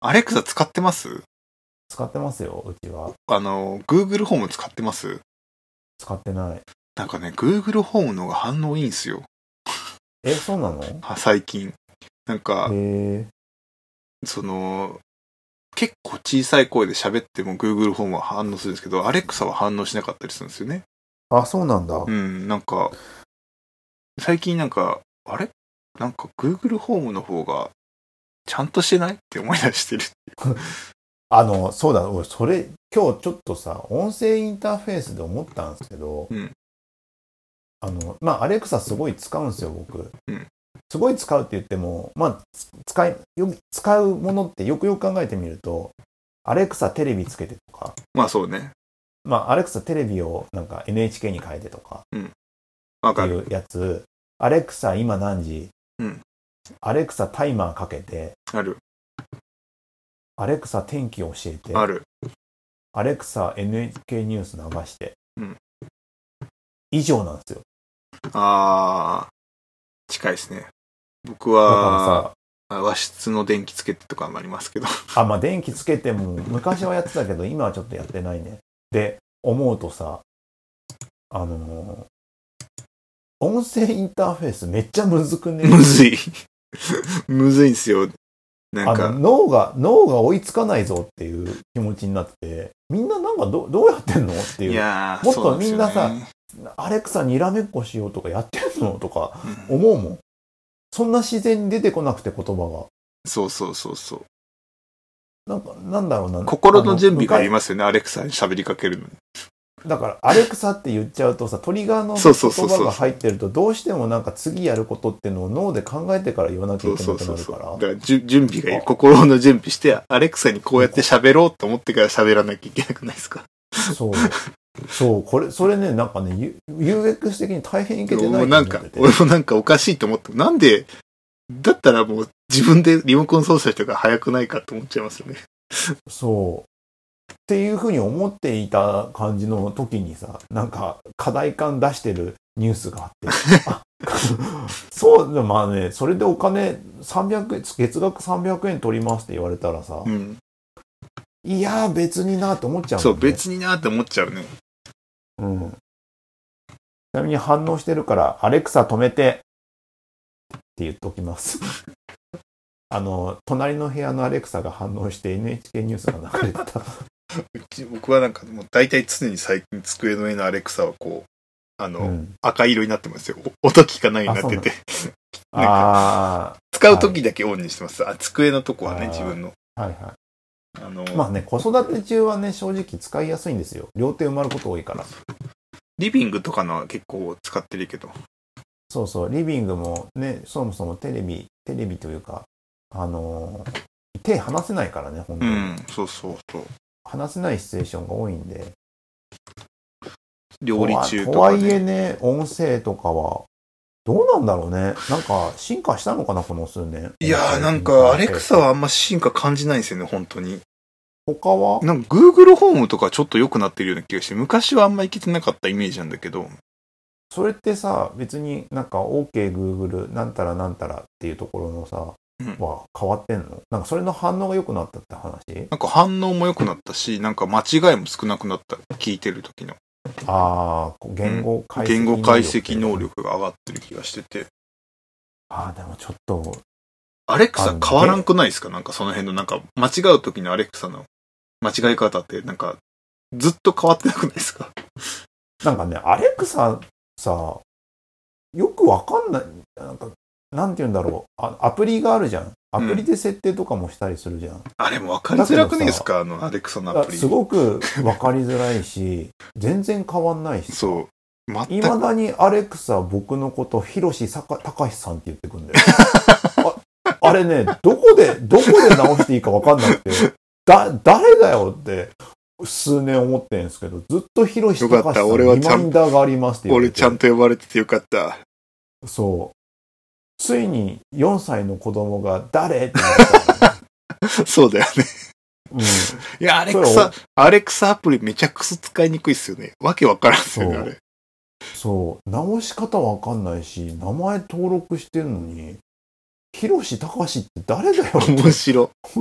アレクサ使ってます？ 使ってますよ、うちは。 あの、Google ホーム使ってます？ 使ってない。 なんかね、Google ホームの方が反応いいんすよ。 え、そうなの？ 最近。なんか、 へその、結構小さい声で喋っても Google ホームは反応するんですけど、アレクサは反応しなかったりするんですよね。 あ、そうなんだ。 うん、なんか、最近なんか、あれなんか Google ホームの方がちゃんとしてないって思い出してるっていう。 あの、そうだ、俺、それ、今日ちょっとさ、音声インターフェースで思ったんですけど、 うん、 あの、まあ、アレクサすごい使うんですよ、僕。 うん、 すごい使うって言っても、まあ、使い、よ使うものってよくよく考えてみると、アレクサテレビつけてとか、 まあそうね。 まあ、アレクサテレビをなんか エヌエイチケー に変えてとか、 うん。わかる。 っていうやつ、アレクサ今何時、 うん。 アレクサタイマーかけて、 ある。 アレクサ天気教えて、 ある。 アレクサ エヌエイチケー ニュース流して、 うん。 以上なんですよ。 あー、近いですね。僕は、和室の電気つけてとかもありますけど。 あ、まあ電気つけても、昔はやってたけど、今はちょっとやってないね。で、思うとさ、あのー、音声インターフェースめっちゃむずくね？ むずい。むずいんすよ。なんか。 あの脳が、脳が追いつかないぞっていう気持ちになって、みんななんかどどうやってんのっていう。 いやー、 もっとみんなさ、 ね、 アレクサにらめっこしようとかやってんのとか思うもん。うん、そんな自然に出てこなくて言葉が。 そうそうそうそう。 なんか、なんだろうな。 心の準備がありますよね、アレクサに喋りかけるのに。 だから、アレクサって言っちゃうとさ、トリガーの言葉が入ってると、どうしてもなんか次やることっていうのを脳で考えてから言わなきゃいけなくなるから。そうそうそうそう。 だからじ準備がいい。心の準備して、アレクサにこうやって喋ろうと思ってから喋らなきゃいけなくないですか？ そう。そう、これ、それね、なんかね、ユーエックス 的に大変いけてないと思ってて。 なんか、俺もなんかおかしいと思って、なんで、だったらもう自分でリモコン操作した方が早くないかと思っちゃいますよね。 そう。っていうふうに思っていた感じの時にさ、なんか課題感出してるニュースがあって、あそう、まあね、それでお金さんびゃくえん、月額さんびゃくえん取りますって言われたらさ、うん、いやー別になって思っちゃうもんね。 そう、別になって思っちゃうね。 うん。ちなみに反応してるから、アレクサ止めてって言っておきます。あの、隣の部屋のアレクサが反応して エヌエイチケー ニュースが流れてた。 僕はなんかもう大体常に最近机の上のアレクサはこう、あの、うん、赤色になってますよ。音聞かないようになってて。ああ。使う時だけオンにしてます。あ、机のとこはね、自分の。 はいはい。あのー、まあね、子育て中はね、正直使いやすいんですよ。両手埋まること多いから。 リビングとかのは結構使ってるけど。 そうそう、リビングもね、そもそもテレビ、テレビというか、あのー、手離せないからね、本当に。うん、 そうそうそう。 離せないシチュエーションが多いんで。 料理中とか、ね、 とはいえね、音声とかは、どうなんだろうね。なんか、進化したのかな、この数年。 いやー、なんか、アレクサはあんま進化感じないんですよね、本当に。 他はなんか、Google ホームとかちょっと良くなってるような気がして、昔はあんまいけてなかったイメージなんだけど。 それってさ、別になんか OKGoogle なんたらなんたらっていうところのさ、うん、は変わってんの？なんかそれの反応が良くなったって話？ なんか反応も良くなったし、なんか間違いも少なくなった。聞いてる時の。 ああ、言語解析能力、 言語解析能力が上がってる気がしてて。 ああ、でもちょっと。 アレクサ変わらんくないですか？なんかその辺のなんか間違う時のアレクサの間違い方ってなんかずっと変わってなくないですか？ なんかね、アレクサさ、よくわかんない。なんか、なんて言うんだろう。あ、アプリがあるじゃん。アプリで設定とかもしたりするじゃん。うん、 あれも分かりづらくないですか？あの、アレクサのアプリ。 すごく分かりづらいし、全然変わんないし。 そう。 いまだにアレクサ、僕のこと、ヒロシたかしさんって言ってくんだよ。あ, あれね、どこで、どこで直していいか分かんなくて、だ、誰だよって、数年思ってるんですけど、ずっとヒロシたかしさんリマインダーがありますって言って俺ちゃんと呼ばれててよかった。 そう。ついによんさいの子供が誰って言ったら、ね、 そうだよね。うん。いや、アレクサ、アレクサアプリめちゃくそ使いにくいっすよね。わけわからんっすよね、あれ。 そう。直し方わかんないし、名前登録してるのに、ヒロシたかしって誰だよ。 面白。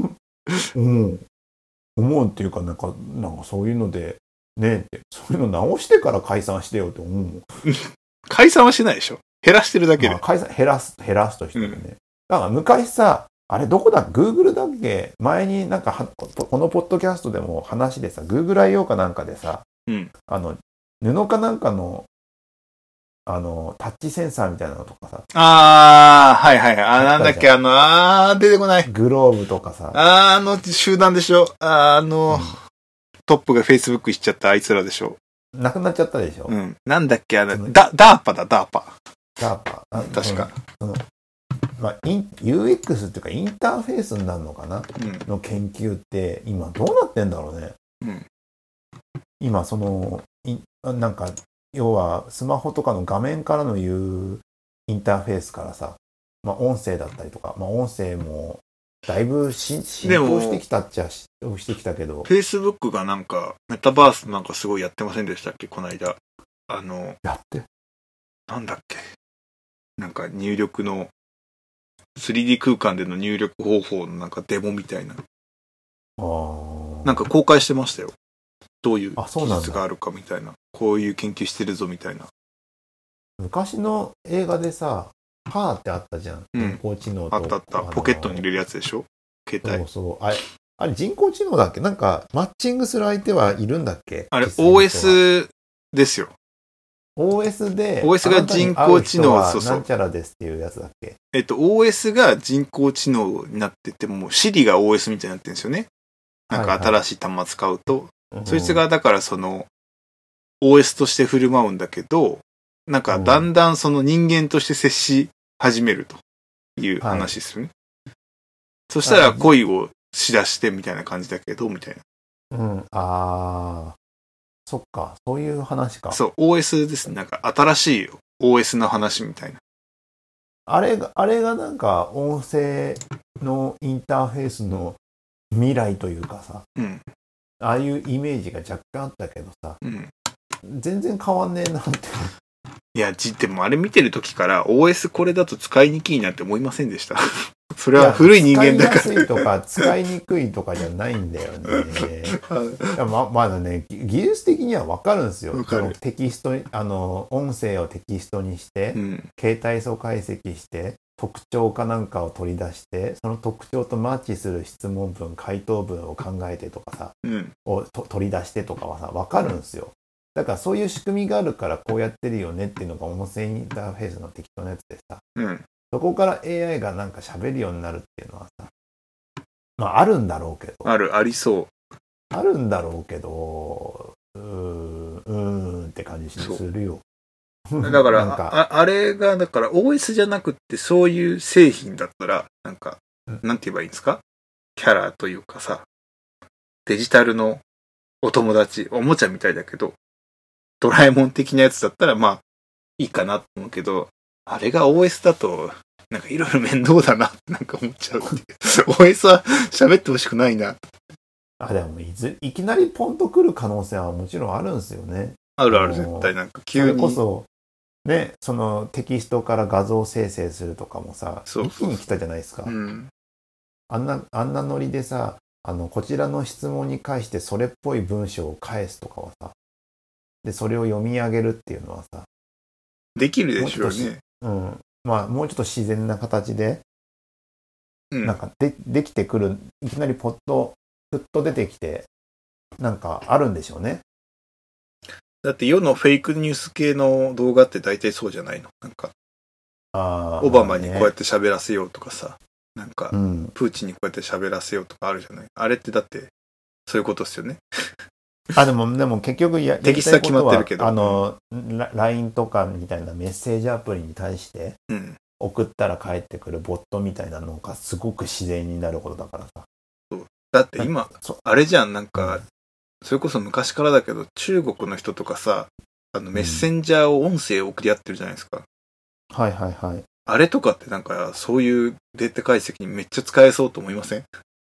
思う。思うっていうか、なんか、なんかそういうので、ねえ、そういうの直してから解散してよって思うもん。 解散はしないでしょ。減らしてるだけで。 まあ、解散、減らす、減らすとしてもね。うん、だから昔さ、あれどこだ ?Google だっけ前になんかは、このポッドキャストでも話でさ、Google アイオー かなんかでさ、 うん、 あの、布かなんかの、あの、タッチセンサーみたいなのとかさ。 あー、はいはいはい。あ、なんだっけ、あの、あー、出てこない。 グローブとかさ。 あー、あの集団でしょ。あー、あの、うん、トップが Facebook しちゃったあいつらでしょ。 なくなっちゃったでしょ。 うん。なんだっけ、あの、ダ、ダーパだ、ダーパ。 ダーパ。 確か。 うん、まあ、ユーエックス っていうかインターフェースになるのかな、うん、の研究って今どうなってんだろうね。 うん、 今そのなんか要はスマホとかの画面からの言うインターフェースからさ、まあ、音声だったりとか、まあ、音声もだいぶ進歩してきたっちゃ進歩してきたけど、 Facebook がなんかメタバースなんかすごいやってませんでしたっけ、この間。あのやってなんだっけ、なんか入力の スリーディー 空間での入力方法のなんかデモみたいな。 あー、 なんか公開してましたよ。どういう技技術があるかみたいな。こういう研究してるぞみたいな。 昔の映画でさ、パーってあったじゃん。人工知能と、 うん、あったあった。ポケットに入れるやつでしょ、携帯。 そうそう。あれ、あれ人工知能だっけ、なんかマッチングする相手はいるんだっけ。 あれ オーエス ですよ。 オーエス でオーエス が人工知能、 そうそう、なんちゃらですっていうやつだっけ。 えっと オーエス が人工知能になってても Siri が オーエス みたいになってるんですよね。なんか新しい端末買うと、はいはい、そいつがだからその オーエス として振る舞うんだけど、なんかだんだんその人間として接し始めるという話ですよね。はい、そしたら恋をしだしてみたいな感じだけどみたいな。うん、ああ。そっか、そういう話か。 そう、オーエス ですね。なんか新しい オーエス の話みたいな。 あれが、あれがなんか音声のインターフェースの未来というかさ、 うん、 ああいうイメージが若干あったけどさ、 うん、 全然変わんねえなって。 いや、じ、でもあれ見てる時から オーエス これだと使いにくいなって思いませんでした。それは古い人間だから。 使いやすいとか使いにくいとかじゃないんだよね。ま, まだね、技術的には分かるんですよ。テキスト、あの、音声をテキストにして、うん、携帯素解析して、特徴かなんかを取り出して、その特徴とマッチする質問文、回答文を考えてとかさ、 うん、 をと取り出してとかはさ、分かるんですよ。だからそういう仕組みがあるからこうやってるよねっていうのが音声インターフェースの適当なやつでさ、 うん、そこから エーアイ がなんか喋るようになるっていうのはさ、まああるんだろうけど。 ある、ありそう。 あるんだろうけど、うーん、うーんって感じするよ。 だから、かあ、あれが、だから オーエス じゃなくってそういう製品だったら、なんか、うん、なんて言えばいいんですか？キャラというかさ、デジタルのお友達、おもちゃみたいだけど、ドラえもん的なやつだったら、まあ、いいかなと思うけど、あれが オーエス だと、なんかいろいろ面倒だなってなんか思っちゃうっていう。オーエス は喋ってほしくないな。 あ、でもいず、いきなりポンと来る可能性はもちろんあるんですよね。 あるある、絶対なんか急に。 それこそ、ね、そのテキストから画像生成するとかもさ、 そうそうそう、 一気に来たじゃないですか。 うん、 あんな、あんなノリでさ、あの、こちらの質問に関してそれっぽい文章を返すとかはさ、で、それを読み上げるっていうのはさ、 できるでしょうね。 うん。まあ、もうちょっと自然な形で、 うん、 なんかで、できてくる、いきなりポッと、ふっと出てきて、なんかあるんでしょうね。 だって世のフェイクニュース系の動画って大体そうじゃないの？なんか、 あ、 オバマにこうやって喋らせようとかさ、なんか、 うん、 プーチンにこうやって喋らせようとかあるじゃない。あれってだって、そういうことですよね。 あ、でも、でも結局や、 テキストは決まってるけど。 あの、ライン とかみたいなメッセージアプリに対して、送ったら返ってくるボットみたいなのがすごく自然になることだからさ。 そう。だって今、あれじゃん、なんか、うん、それこそ昔からだけど、中国の人とかさ、あのメッセンジャーを音声を送り合ってるじゃないですか。 うん、はいはいはい。 あれとかってなんか、そういうデータ解析にめっちゃ使えそうと思いません？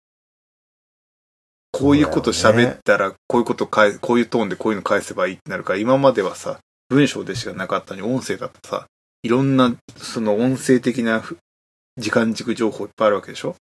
こういうこと喋ったら、こういうこと返、こういうトーンでこういうの返せばいいってなるから、今まではさ、文章でしかなかったのに、音声だとさ、いろんな、その音声的な時間軸情報いっぱいあるわけでしょ？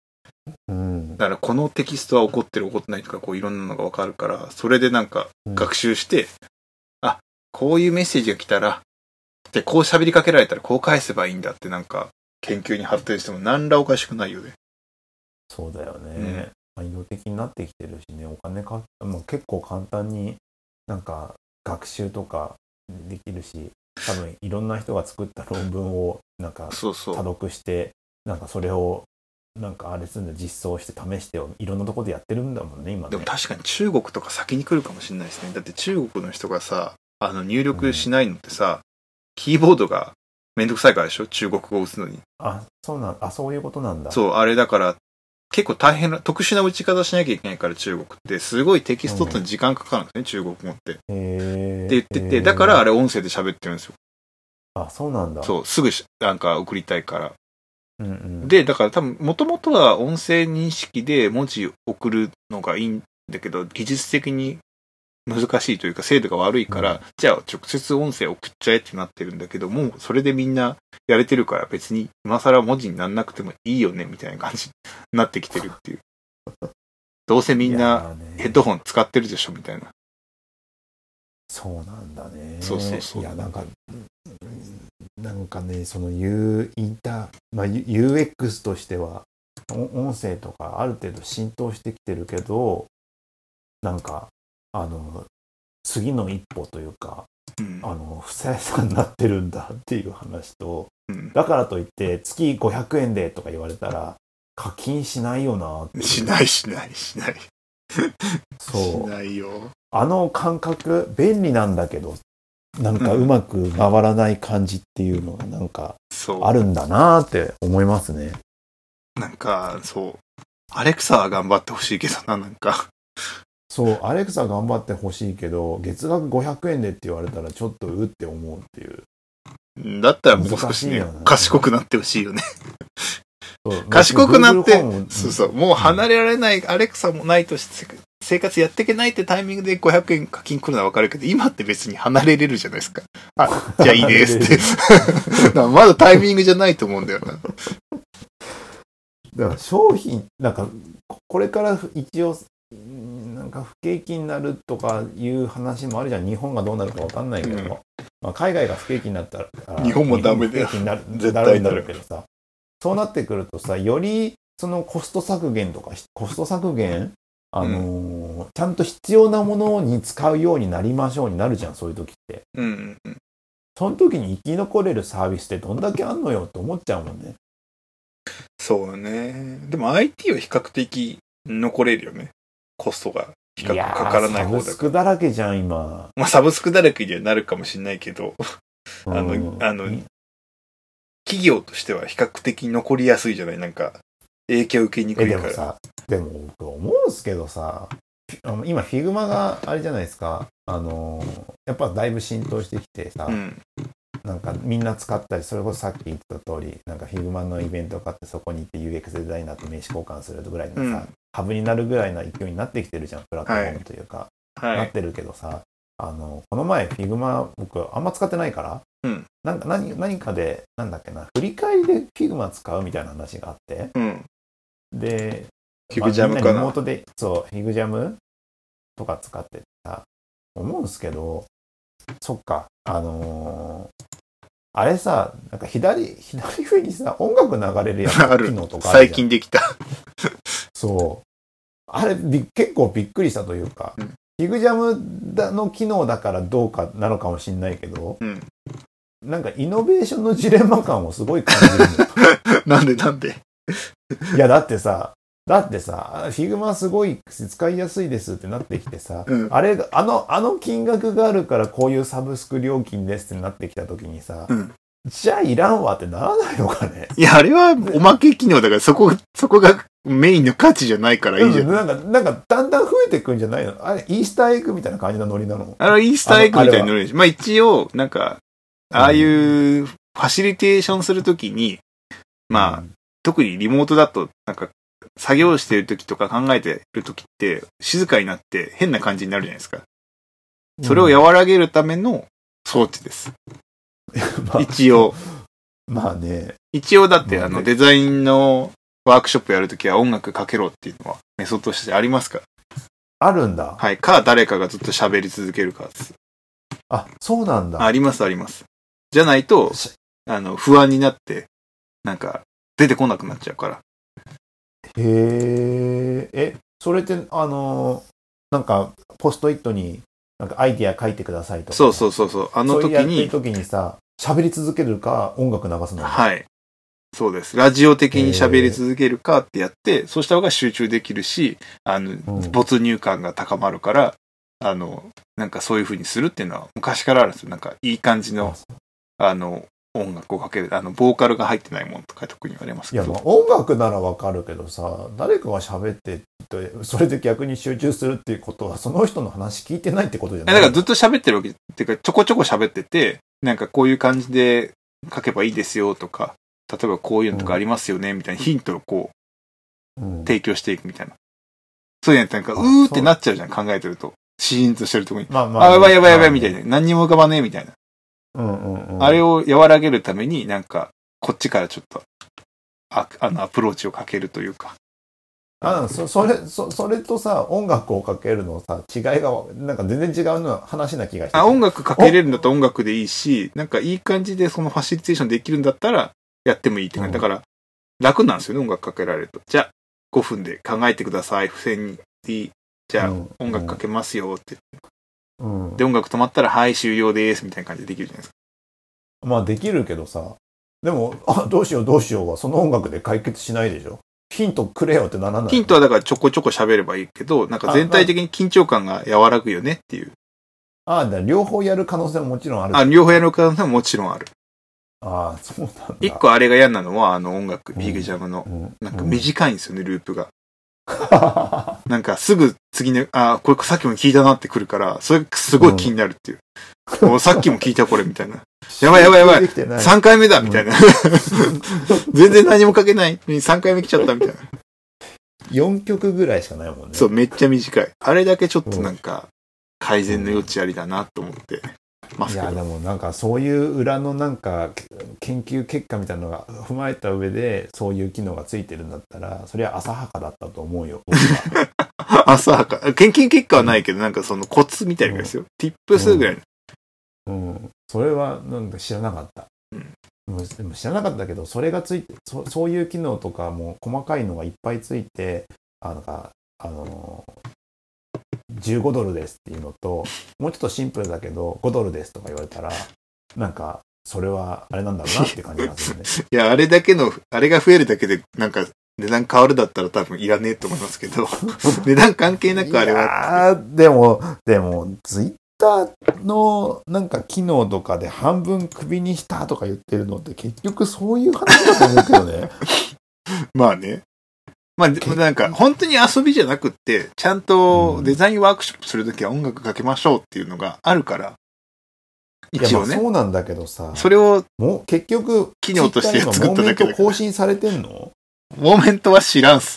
うん。 だからこのテキストは怒ってる怒ってないとかこういろんなのがわかるから、それでなんか学習して、うん、あ、こういうメッセージが来たら、で、こう喋りかけられたらこう返せばいいんだってなんか研究に発展しても何らおかしくないよね。 そうだよね。うん、意図的になってきてるしね、お金か、もう結構簡単になんか学習とかできるし、多分いろんな人が作った論文をなんか多読して、なんかそれをなんかあれするんで実装して試していろんなところでやってるんだもんね今ね。 でも確かに中国とか先に来るかもしれないですね。だって中国の人がさ、あの入力しないのってさ、うん、キーボードがめんどくさいからでしょ、中国語を打つのに。 あ、そうなん、あ、そういうことなんだ。 そう、あれだから結構大変な特殊な打ち方しなきゃいけないから中国ってすごいテキストって時間かかるんですね、うん、中国語って。へー。って言ってて、だからあれ音声で喋ってるんですよ。 あ、そうなんだ。 そう、すぐなんか送りたいから。 うんうん、 で、だから多分、もともとは音声認識で文字送るのがいいんだけど、技術的に難しいというか、精度が悪いから、うん、じゃあ直接音声送っちゃえってなってるんだけど、もうそれでみんなやれてるから別に今更文字にならなくてもいいよね、みたいな感じになってきてるっていう。どうせみんなヘッドホン使ってるでしょ、みたいな。 そうなんだね。 そうそうそう。 いや、なんか、なんかね、その U インター、まあ、ユーエックス としては音声とかある程度浸透してきてるけど、なんかあの次の一歩というか、うん、あの不正さになってるんだっていう話と、うん、だからといって月ごひゃくえんでとか言われたら課金しないよなって。 しないしないしない。 そう。 しないよ。 あの感覚便利なんだけど。なんかうまく回らない感じっていうのがなんかあるんだなーって思いますね。 なんかそうアレクサは頑張ってほしいけどな、なんかそうアレクサ頑張ってほしいけど月額ごひゃくえんでって言われたらちょっとうって思うっていう。 だったらもう少しね賢くなってほしいよね。賢くなって、そうそう、もう離れられないアレクサもないとして生活やっていけないってタイミングでごひゃくえん課金来るのはわかるけど、今って別に離れれるじゃないですか。あ、じゃあいいですって。まだタイミングじゃないと思うんだよな。だから商品、なんか、これから一応、なんか不景気になるとかいう話もあるじゃん。日本がどうなるかわかんないけど、うん、まあ、海外が不景気になったら、 日本もダメだよ。 不景気になる絶対なるけどさ、そうなってくるとさ、よりそのコスト削減とか、コスト削減あのーうん、ちゃんと必要なものに使うようになりましょうになるじゃん、そういう時って。 うんうんうん、 その時に生き残れるサービスってどんだけあんのよって思っちゃうもんね。 そうだね。でも アイティー は比較的残れるよね。コストが比較かからない方だから。 サブスクだらけじゃん、今。 まあサブスクだらけにはなるかもしれないけど、あの、うん、あの、企業としては比較的残りやすいじゃない、なんか。影響受けにくいから。 でもさ、でも僕思うんすけどさ、今フィグマがあれじゃないですか、あのやっぱだいぶ浸透してきてさ、うん、なんかみんな使ったり、それこそさっき言った通り、なんかフィグマのイベントがあってそこに行って ユーエックス デザイナーと名刺交換するぐらいのさ、うん、ハブになるぐらいな勢いになってきてるじゃん、プラットフォームというか、はい、なってるけどさ、あのこの前フィグマ僕あんま使ってないから、うん、なんか 何, 何かでなんだっけな、振り返りでフィグマ使うみたいな話があって、うん、でフィグジャムかな、 まあ、リモートでそうフィグジャムとか使ってさ思うんすけど、そっかあのー、あれさ、なんか左左上にさ音楽流れるやつ機能とかある最近できたそうあれ結構びっくりしたというか、うん、フィグジャムの機能だからどうかなのかもしれないけど、うん、なんかイノベーションのジレンマ感をすごい感じるのなんでなんでいやだってさだってさ、フィグマすごい使いやすいですってなってきてさ、うん、あれあのあの金額があるからこういうサブスク料金ですってなってきた時にさ、うん、じゃあいらんわってならないのかね。 いやあれはおまけ機能だからそこそこがメインの価値じゃないからいいじゃん。 うん、なんかなんかだんだん増えてくんじゃないの。あれイースターエッグみたいな感じのノリなの。 あれイースターエッグみたいなノリでしょ。まあ一応なんかああいうファシリテーションするときに、まあ、うん、特にリモートだとなんか作業してる時とか考えてる時って静かになって変な感じになるじゃないですか。それを和らげるための装置です。まあ、一応。 まあね。 一応だってあのデザインのワークショップやるときは音楽かけろっていうのはメソッドとしてありますから。 あるんだ。 はい。か、誰かがずっと喋り続けるかです。 あ、そうなんだ。 ありますあります。じゃないと、あの、不安になって、なんか、出てこなくなっちゃうから。 へえ、え、それって、あの、なんか、ポストイットに、なんかアイディア書いてくださいとか。 そうそうそうそう。あの時に。そうやってる時にさ、喋り続けるか、音楽流すの。 はい。そうです。ラジオ的に喋り続けるかってやって、そうした方が集中できるし、あの、うん、没入感が高まるから、あの、なんかそういう風にするっていうのは昔からあるんですよ。なんかいい感じの、あの、音楽をかける、あの、ボーカルが入ってないものとか特に言われますけど。 いや、まあ音楽ならわかるけどさ、誰かが喋ってて、それで逆に集中するっていうことは、その人の話聞いてないってことじゃない？ だからずっと喋ってるわけっていうか、ちょこちょこ喋ってて、なんかこういう感じで書けばいいですよとか、例えばこういうのとかありますよね、みたいなヒントをこう、うん、提供していくみたいな。そういうのってなんか、うーってなっちゃうじゃん、考えてると。シーンとしてるとこに。まあまあ、あ、やばいやばいやばいみたいな。何にも浮かばねえみたいな。 うんうんうん、 あれを和らげるために、なんか、こっちからちょっと、あ、あの、アプローチをかけるというか。 あ、そ、それ、そ、それとさ、音楽をかけるのさ、違いが、なんか全然違うの話な気がして。 あ、音楽かけれるんだったら音楽でいいし、なんかいい感じでそのファシリテーションできるんだったら、やってもいいって感じ。だから、楽なんですよね、音楽かけられると。じゃあ、ごふんで考えてください、付箋に。じゃあ、音楽かけますよって。うん、で、音楽止まったら、はい、終了です、みたいな感じでできるじゃないですか。 まあ、できるけどさ、でも、あ、どうしようどうしようは、その音楽で解決しないでしょ。ヒントくれよってならない。 ヒントはだからちょこちょこ喋ればいいけど、なんか全体的に緊張感が和らぐよねっていう。 ああ、だ両方やる可能性ももちろんある。 あ、両方やる可能性ももちろんある。 ああ、そうなんだ。 一個あれが嫌なのは、あの音楽、ビーグジャムの、うんうん、なんか短いんですよね、ループが。なんかすぐ次の、あ、これさっきも聞いたなってくるから、それすごい気になるっていう。うん、もうさっきも聞いたこれみたいな。やばいやばいやばい。さんかいめだみたいな。全然何も書けないのにさんかいめ来ちゃったみたいな。 よんきょくぐらいしかないもんね。 そう、めっちゃ短い。あれだけちょっとなんか、改善の余地ありだなと思ってますけど。 いや、でもなんかそういう裏のなんか研究結果みたいなのが踏まえた上でそういう機能がついてるんだったら、それは浅はかだったと思うよ、僕は。 浅はか。研究結果はないけど、なんかそのコツみたいなやつですよ。ティップスぐらいの。 うん。うん。それはなんか知らなかった。うん。でも知らなかったけど、それがついて、そ、そういう機能とかも細かいのがいっぱいついて、あのか、あのー、じゅうごドルですっていうのと、もうちょっとシンプルだけど、ごドルですとか言われたら、なんか、それはあれなんだろうなっていう感じがするね。 いや、あれだけの、あれが増えるだけで、なんか、値段変わるだったら多分いらねえと思いますけど、値段関係なくあれは。 いやでも、でも、ツイッターのなんか機能とかで半分クビにしたとか言ってるのって結局そういう話だと思うけどね。 まあね。まあ、なんか、本当に遊びじゃなくって、ちゃんとデザインワークショップするときは音楽かけましょうっていうのがあるから、 一応ね。そうなんだけどさ、 それを、 もう結局、 機能として作っただけだから。 更新されてんの？ モーメントは知らんす。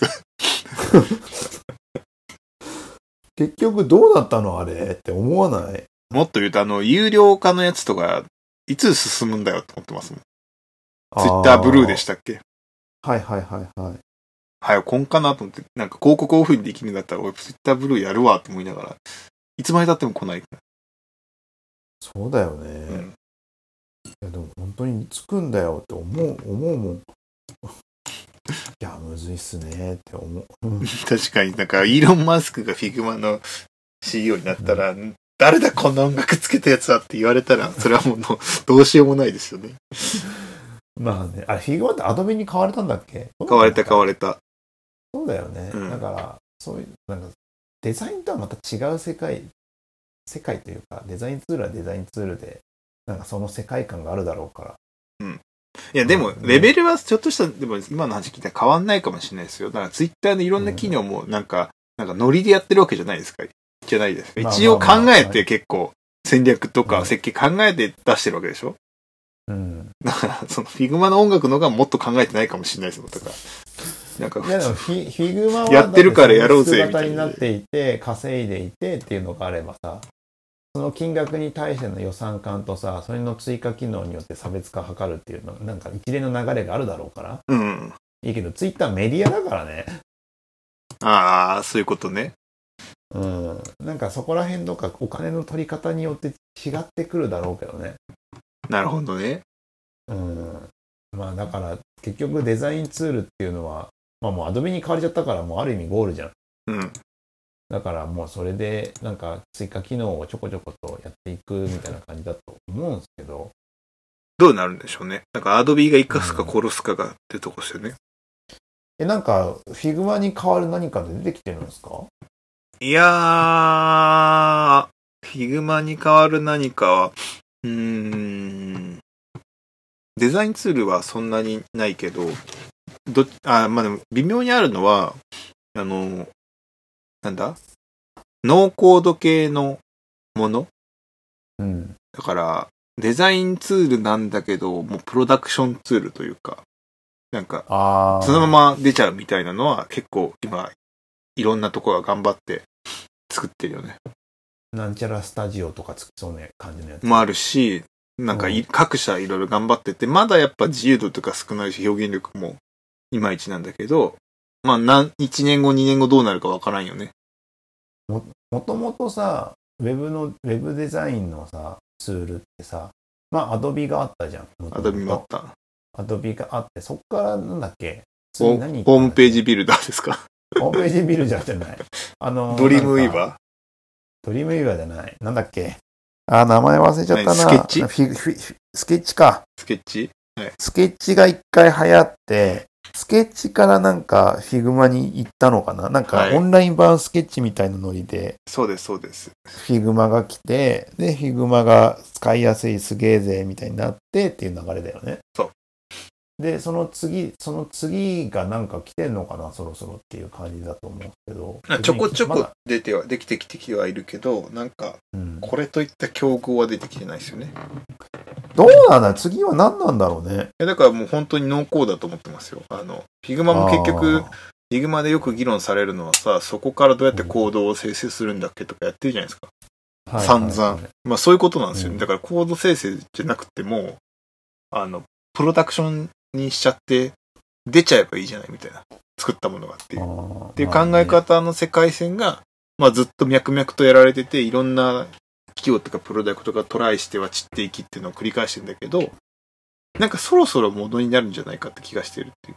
結局どうなったのあれって思わない？ もっと言うと、あの、有料化のやつとか、いつ進むんだよって思ってますもん。ツイッターブルーでしたっけ？ はいはいはいはい。 はい、こんかなと思って、なんか広告オフにできるんだったら、俺ツイッターブルーやるわと思いながら、いつまで経っても来ない。 そうだよね。うん、いやでも本当につくんだよって思う、思うもん。いや、むずいっすねって思う。 確かになんか、イーロン・マスクがフィグマの シーイーオー になったら、うん、誰だこんな音楽つけたやつはって言われたら、それはもうどうしようもないですよね。 まあね、あれ、フィグマってアドビに買われたんだっけ？ 買われた買われた。 そうだよね。うん、だから、そういう、なんか、デザインとはまた違う世界、世界というか、デザインツールはデザインツールで、なんかその世界観があるだろうから。 うん。いや、でも、レベルはちょっとした、でも今の話聞いたら変わんないかもしれないですよ。だからツイッターのいろんな機能も、なんか、うん、なんかノリでやってるわけじゃないですか。じゃないですか。一応考えて結構、戦略とか設計考えて出してるわけでしょ。うん。だから、そのフィグマの音楽の方がもっと考えてないかもしれないですもん。だから。なんかいやでもフィ、フィグマはやってるからやろうぜみたいな。になっていて、稼いでいてっていうのがあればさ、その金額に対しての予算感とさ、それの追加機能によって差別化を図るっていうの、なんか一連の流れがあるだろうから。 うん。 いいけど、ツイッターメディアだからね。 ああ、そういうことね。 うん。なんかそこら辺とかお金の取り方によって違ってくるだろうけどね。 なるほどね。 うん。まあだから結局デザインツールっていうのは、まあもうアドビに変われちゃったからもうある意味ゴールじゃん。 うん。 だからもうそれでなんか追加機能をちょこちょことやっていくみたいな感じだと思うんですけど。 どうなるんでしょうね。なんかアドビが生かすか殺すかがってとこですよね。 え、なんか、フィグマに変わる何かで出てきてるんですか？ いやー、フィグマに変わる何かは、うーん、デザインツールはそんなにないけど、ど、あ、まあでも微妙にあるのは、あの、なんだノーコード系のもの、 うん。 だから、デザインツールなんだけど、もうプロダクションツールというか、なんか、そのまま出ちゃうみたいなのは結構今、いろんなところが頑張って作ってるよね。 なんちゃらスタジオとかつきそうな感じのやつもあるし、なんかい、うん、各社いろいろ頑張ってて、まだやっぱ自由度とか少ないし、表現力もいまいちなんだけど、まあ、なん、いちねんご、にねんごどうなるかわからんよね。 も、もともとさ、ウェブの、ウェブデザインのさ、ツールってさ、まあ、アドビがあったじゃん。 アドビもあった。 アドビがあって、そっからなんだっけ次何ホームページビルダーですか？ ホームページビルダーじゃない。あのー、 ドリームウィーバードリームウィーバーじゃない。なんだっけあ、名前忘れちゃったな。 スケッチフィフィスケッチか。 スケッチ、はい、 スケッチが一回流行って、スケッチからなんかフィグマに行ったのかななんかオンライン版スケッチみたいなノリで、はい、 そうですそうです。 フィグマが来て、で、フィグマが使いやすいすげえぜみたいになってっていう流れだよね。 そう。 で、その次、その次がなんか来てんのかなそろそろっていう感じだと思うんですけど。 ちょこちょこ出ては、できてきてきはいるけど、なんか、これといった競合は出てきてないですよね。 どうなんだ次は何なんだろうね。 だからもう本当にノーコーだと思ってますよ。あの、Figma も結局、Figma でよく議論されるのはさ、そこからどうやってコードを生成するんだっけとかやってるじゃないですか。うん、散々、はいはいはい。まあそういうことなんですよね。うん、だからコード生成じゃなくても、あの、プロダクションにしちゃって出ちゃえばいいじゃないみたいな。作ったものがっていう。っていう考え方の世界線が、まあずっと脈々とやられてて、いろんな企業とかプロダクトがトライしては散っていきっていうのを繰り返してるんだけど、なんかそろそろモードになるんじゃないかって気がしてるっていう。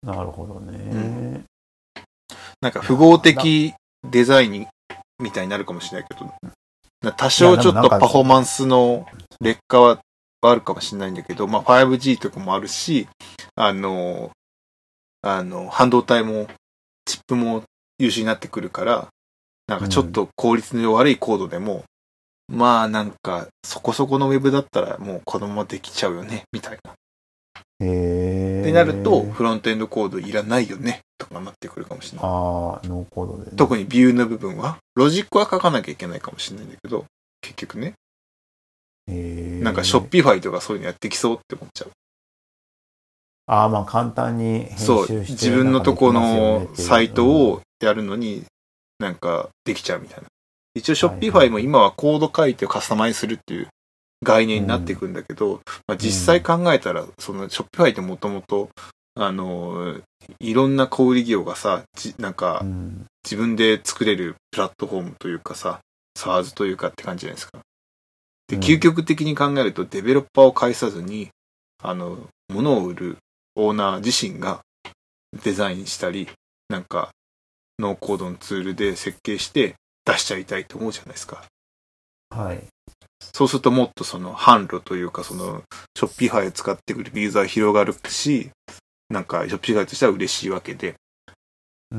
なるほどね。うん、 なんか符号的デザインみたいになるかもしれないけど、多少ちょっとパフォーマンスの劣化はあるかもしれないんだけど、まあ ファイブジー とかもあるし、あの、あの、半導体もチップも優秀になってくるから、なんかちょっと効率の悪いコードでも、うん、まあなんかそこそこのウェブだったらもうこのままできちゃうよね、みたいな。 へー。 ってなると、フロントエンドコードいらないよね、とかなってくるかもしれない。 ああ、ノーコードで、ね。 特にビューの部分は、ロジックは書かなきゃいけないかもしれないんだけど、結局ね。 へー。 なんかショッピファイとかそういうのやってきそうって思っちゃう。 ああ、まあ簡単に編集して、 そう、自分のとこのサイトをやるのになんかできちゃうみたいな。一応ショッピファイも今はコード書いてカスタマイズするっていう概念になっていくんだけど、うん、まあ、実際考えたら、そのショッピファイってもともと、あの、いろんな小売業がさ、なんか自分で作れるプラットフォームというかさ、SaaS というかって感じじゃないですか。で、究極的に考えるとデベロッパーを介さずに、あの、物を売るオーナー自身がデザインしたり、なんか、ノーコードのツールで設計して出しちゃいたいと思うじゃないですか。 はい。 そうするともっとその販路というか、その、ショッピファイを使ってくるユーザー広がるし、なんか、ショッピファイとしては嬉しいわけで、 うん。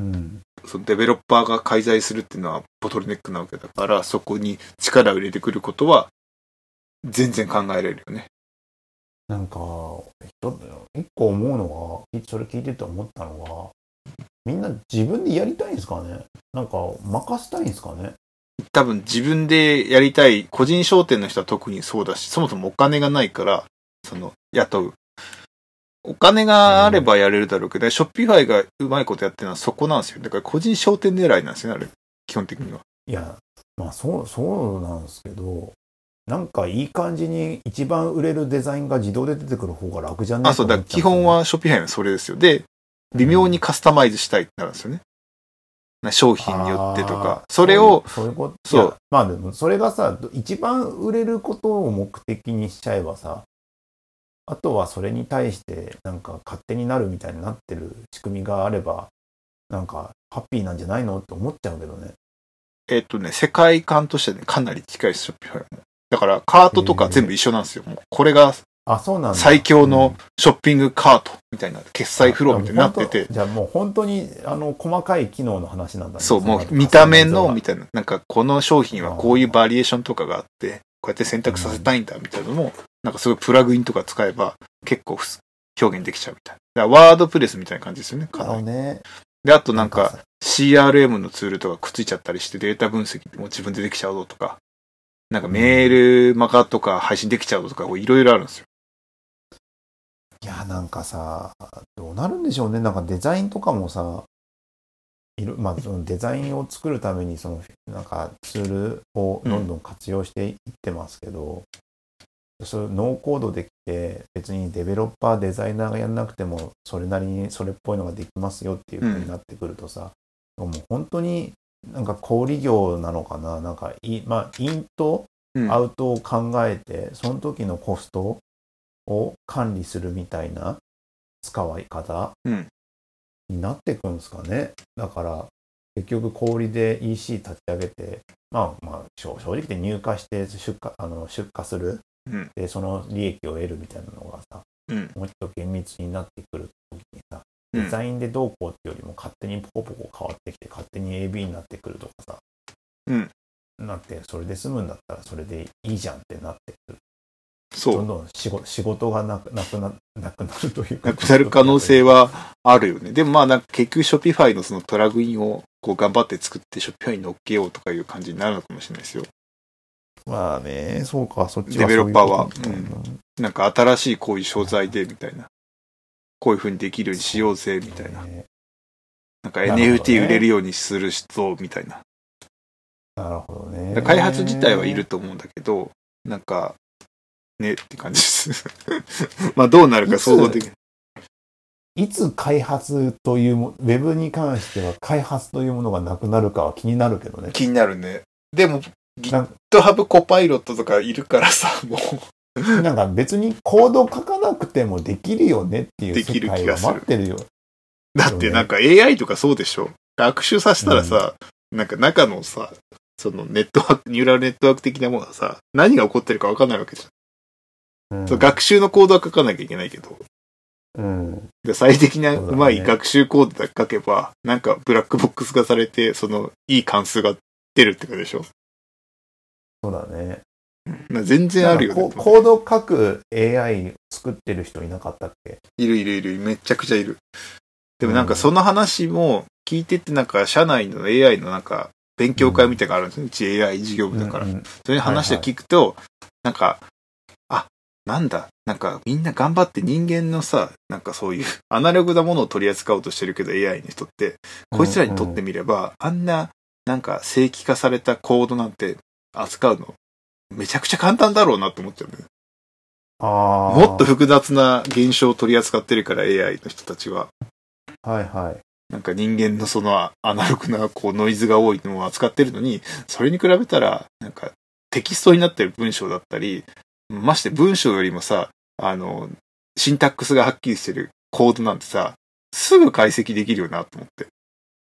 そのデベロッパーが介在するっていうのはボトルネックなわけだから、そこに力を入れてくることは、全然考えられるよね。 なんか、一個思うのが、それ聞いてて思ったのが、みんな自分でやりたいんですかね？なんか、任せたいんですかね？ 多分自分でやりたい、個人商店の人は特にそうだし、そもそもお金がないから、その、雇う。お金があればやれるだろうけど、うん、ショッピファイがうまいことやってるのはそこなんですよ。だから個人商店狙いなんですよね、あれ。基本的には。 いや、まあそう、そうなんですけど、なんかいい感じに一番売れるデザインが自動で出てくる方が楽じゃねえあ、そうだ、基本はショッピファイはそれですよ。で、 微妙にカスタマイズしたいってなるんですよね。商品によってとか。それを、 そういうこと。そう。まあでも、それがさ、一番売れることを目的にしちゃえばさ、あとはそれに対してなんか勝手になるみたいになってる仕組みがあれば、なんかハッピーなんじゃないのって思っちゃうけどね。 えっとね、世界観としてね、かなり近いです、ショッピファイも。だからカートとか全部一緒なんですよ。もうこれが最強のショッピングカートみたいな、決済フローみたいになってて。 じゃあもう本当にあの細かい機能の話なんだね。 そう、もう見た目のみたいな、なんかこの商品はこういうバリエーションとかがあって、こうやって選択させたいんだみたいなのも、なんかすごいプラグインとか使えば結構表現できちゃうみたいな。だからワードプレスみたいな感じですよね。 なるほどね。 で、あとなんか シーアールエム のツールとかくっついちゃったりしてデータ分析も自分でできちゃうぞとか、なんかメールマガとか配信できちゃうぞとかいろいろあるんですよ。 いや、なんかさ、どうなるんでしょうね。なんかデザインとかもさ、いろまあ、そのデザインを作るためにそのなんかツールをどんどん活用していってますけど、うん、それノーコードできて別にデベロッパーデザイナーがやんなくてもそれなりにそれっぽいのができますよっていう風になってくるとさ、うん、もう本当になんか小売業なのかな。なんかい、まあ、インとアウトを考えて、うん、その時のコストを管理するみたいな使い方、うんになっていくんですかね。だから結局小売で イーシー 立ち上げて、まあまあ正直言って入荷して出荷あの出荷する、うん、でその利益を得るみたいなのがさ、うん、もうちょっと厳密になってくる時にさ、デザインでどうこうっていうよりも勝手にポコポコ変わってきて勝手に エービー になってくるとかさ、うん、なってそれで済むんだったらそれでいいじゃんってなってくる。そうどんどん仕事、仕事がなくなくな、なくなるというか。 なくなる可能性はあるよね。でもまあなんか結局 Shopify のそのプラグインをこう頑張って作って Shopify に乗っけようとかいう感じになるのかもしれないですよ。 まあね、そうか、そっちはデベロッパーは。うん。なんか新しいこういう商材でみたいな。こういう風にできるようにしようぜみたいな。なんか エヌエフティー 売れるようにする人みたいな。 なるほどね。 開発自体はいると思うんだけど、なんか、ねって感じです。まあどうなるか想像できない。 いつ開発というも、ウェブに関しては開発というものがなくなるかは気になるけどね。 気になるね。でも、GitHub コパイロットとかいるからさ、もう。なんか別にコード書かなくてもできるよねっていう世界が待ってるよ。 だってなんか エーアイ とかそうでしょ。学習させたらさ、うん、なんか中のさ、そのネットワーク、ニューラルネットワーク的なものはさ、何が起こってるか分かんないわけじゃん。うん、学習のコードは書かなきゃいけないけど、うん、で最適なうまい学習コードだけ書けば、ね、なんかブラックボックス化されて、そのいい関数が出るってことでしょ。 そうだね。 うん、全然あるよね。 コード書く エーアイ 作ってる人いなかったっけ？ いるいるいる、めちゃくちゃいる。でもなんかその話も聞いてて、なんか社内の エーアイ のなんか勉強会みたいなのがあるんですよね。うち エーアイ 事業部だから。うんうん、そういう話で聞くと、はいはい、なんか、なんだなんかみんな頑張って人間のさ、なんかそういうアナログなものを取り扱おうとしてるけど エーアイ の人って、こいつらにとってみれば、うんうん、あんななんか正規化されたコードなんて扱うのめちゃくちゃ簡単だろうなって思っちゃうね。あもっと複雑な現象を取り扱ってるから エーアイ の人たちは。 はいはい。 なんか人間のそのアナログなこうノイズが多いのを扱ってるのに、それに比べたらなんかテキストになってる文章だったり、まして文章よりもさ、あの、シンタックスがはっきりしてるコードなんてさ、すぐ解析できるよなと思って。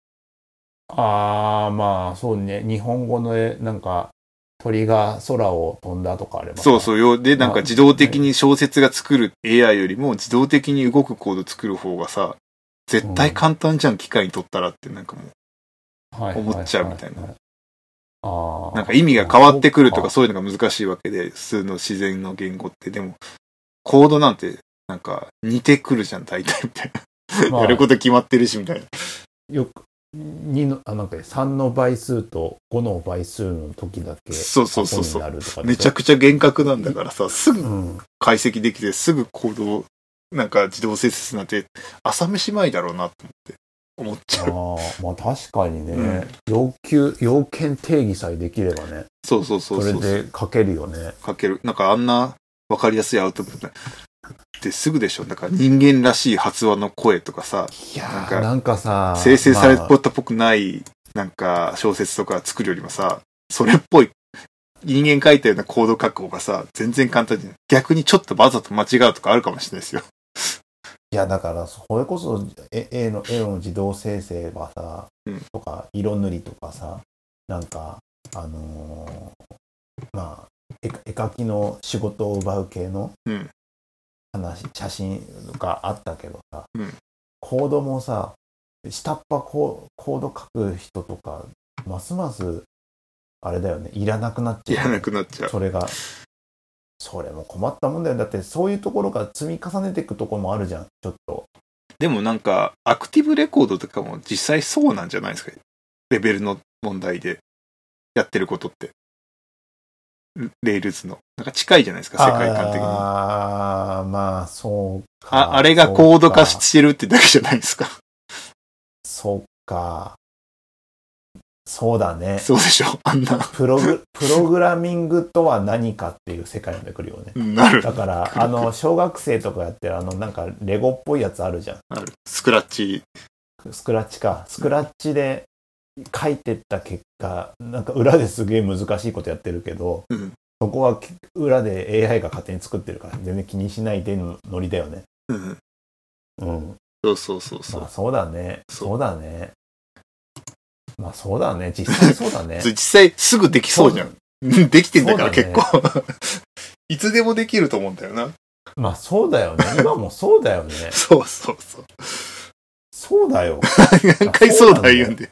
ああ、まあそうね。日本語のなんか鳥が空を飛んだとかあれば。 そうそうよ。で、なんか自動的に小説が作る エーアイ よりも自動的に動くコード作る方がさ、絶対簡単じゃん、うん、機械にとったらってなんかもう、思っちゃうみたいな。あなんか意味が変わってくるとかそういうのが難しいわけで、普通の自然の言語って。でも、コードなんてなんか似てくるじゃん、大体みたいな。まあ、やること決まってるしみたいな。 よく、にの、あ、なんかさんの倍数とごの倍数の時だけそうそうそうそう。めちゃくちゃ厳格なんだからさ、すぐ解析できて、すぐコードをなんか自動生成なんて朝飯前だろうなと思って。思っちゃう。 ああ、まあ確かにね、うん、要求、要件定義さえできればね。 そうそうそうそう。 それで書けるよね。 書ける。なんかあんな分かりやすいアウトプット。 ってすぐでしょ。なんか人間らしい発話の声とかさ。 いやー、なんか、なんかさ、 生成されたっぽくない、なんか小説とか作るよりもさ、それっぽい人間書いたようなコード書く方がさ、全然簡単じゃない。逆にちょっとわざと間違うとかあるかもしれないですよ。 いや、だから、それこそ絵の、絵の自動生成はさ、うん、とか、色塗りとかさ、なんか、あのー、まあ、絵描きの仕事を奪う系の話、うん、写真があったけどさ、うん、コードもさ、下っ端コード書く人とか、ますます、あれだよね、いらなくなっちゃう。 いらなくなっちゃう。 それが。それも困ったもんだよ。だってそういうところが積み重ねていくところもあるじゃん、ちょっと。 でもなんか、アクティブレコードとかも実際そうなんじゃないですか。レベルの問題でやってることって。レールズの。なんか近いじゃないですか、世界観的に。 ああ、まあ、そうか。 あ、あれがコード化してるってだけじゃないですか。 そうか。そうだね。 そうでしょ、あんな。 プログ、プログラミングとは何かっていう世界まで来るよね。 なる。 だから、あの、小学生とかやってるあの、なんか、レゴっぽいやつあるじゃん。 ある。スクラッチ。 スクラッチか。スクラッチで書いてった結果、なんか裏ですげえ難しいことやってるけど、うん、そこは裏で エーアイ が勝手に作ってるから、全然気にしないでのノリだよね。 うん。 うん。 そうそうそうそう。 まあ、そうだね。そうだね。まあそうだね。実際そうだね。 実際すぐできそうじゃん。できてんだから結構。いつでもできると思うんだよな。 まあそうだよね。今もそうだよね。 そうそうそう。 そうだよ。 何回そうだ言うんで。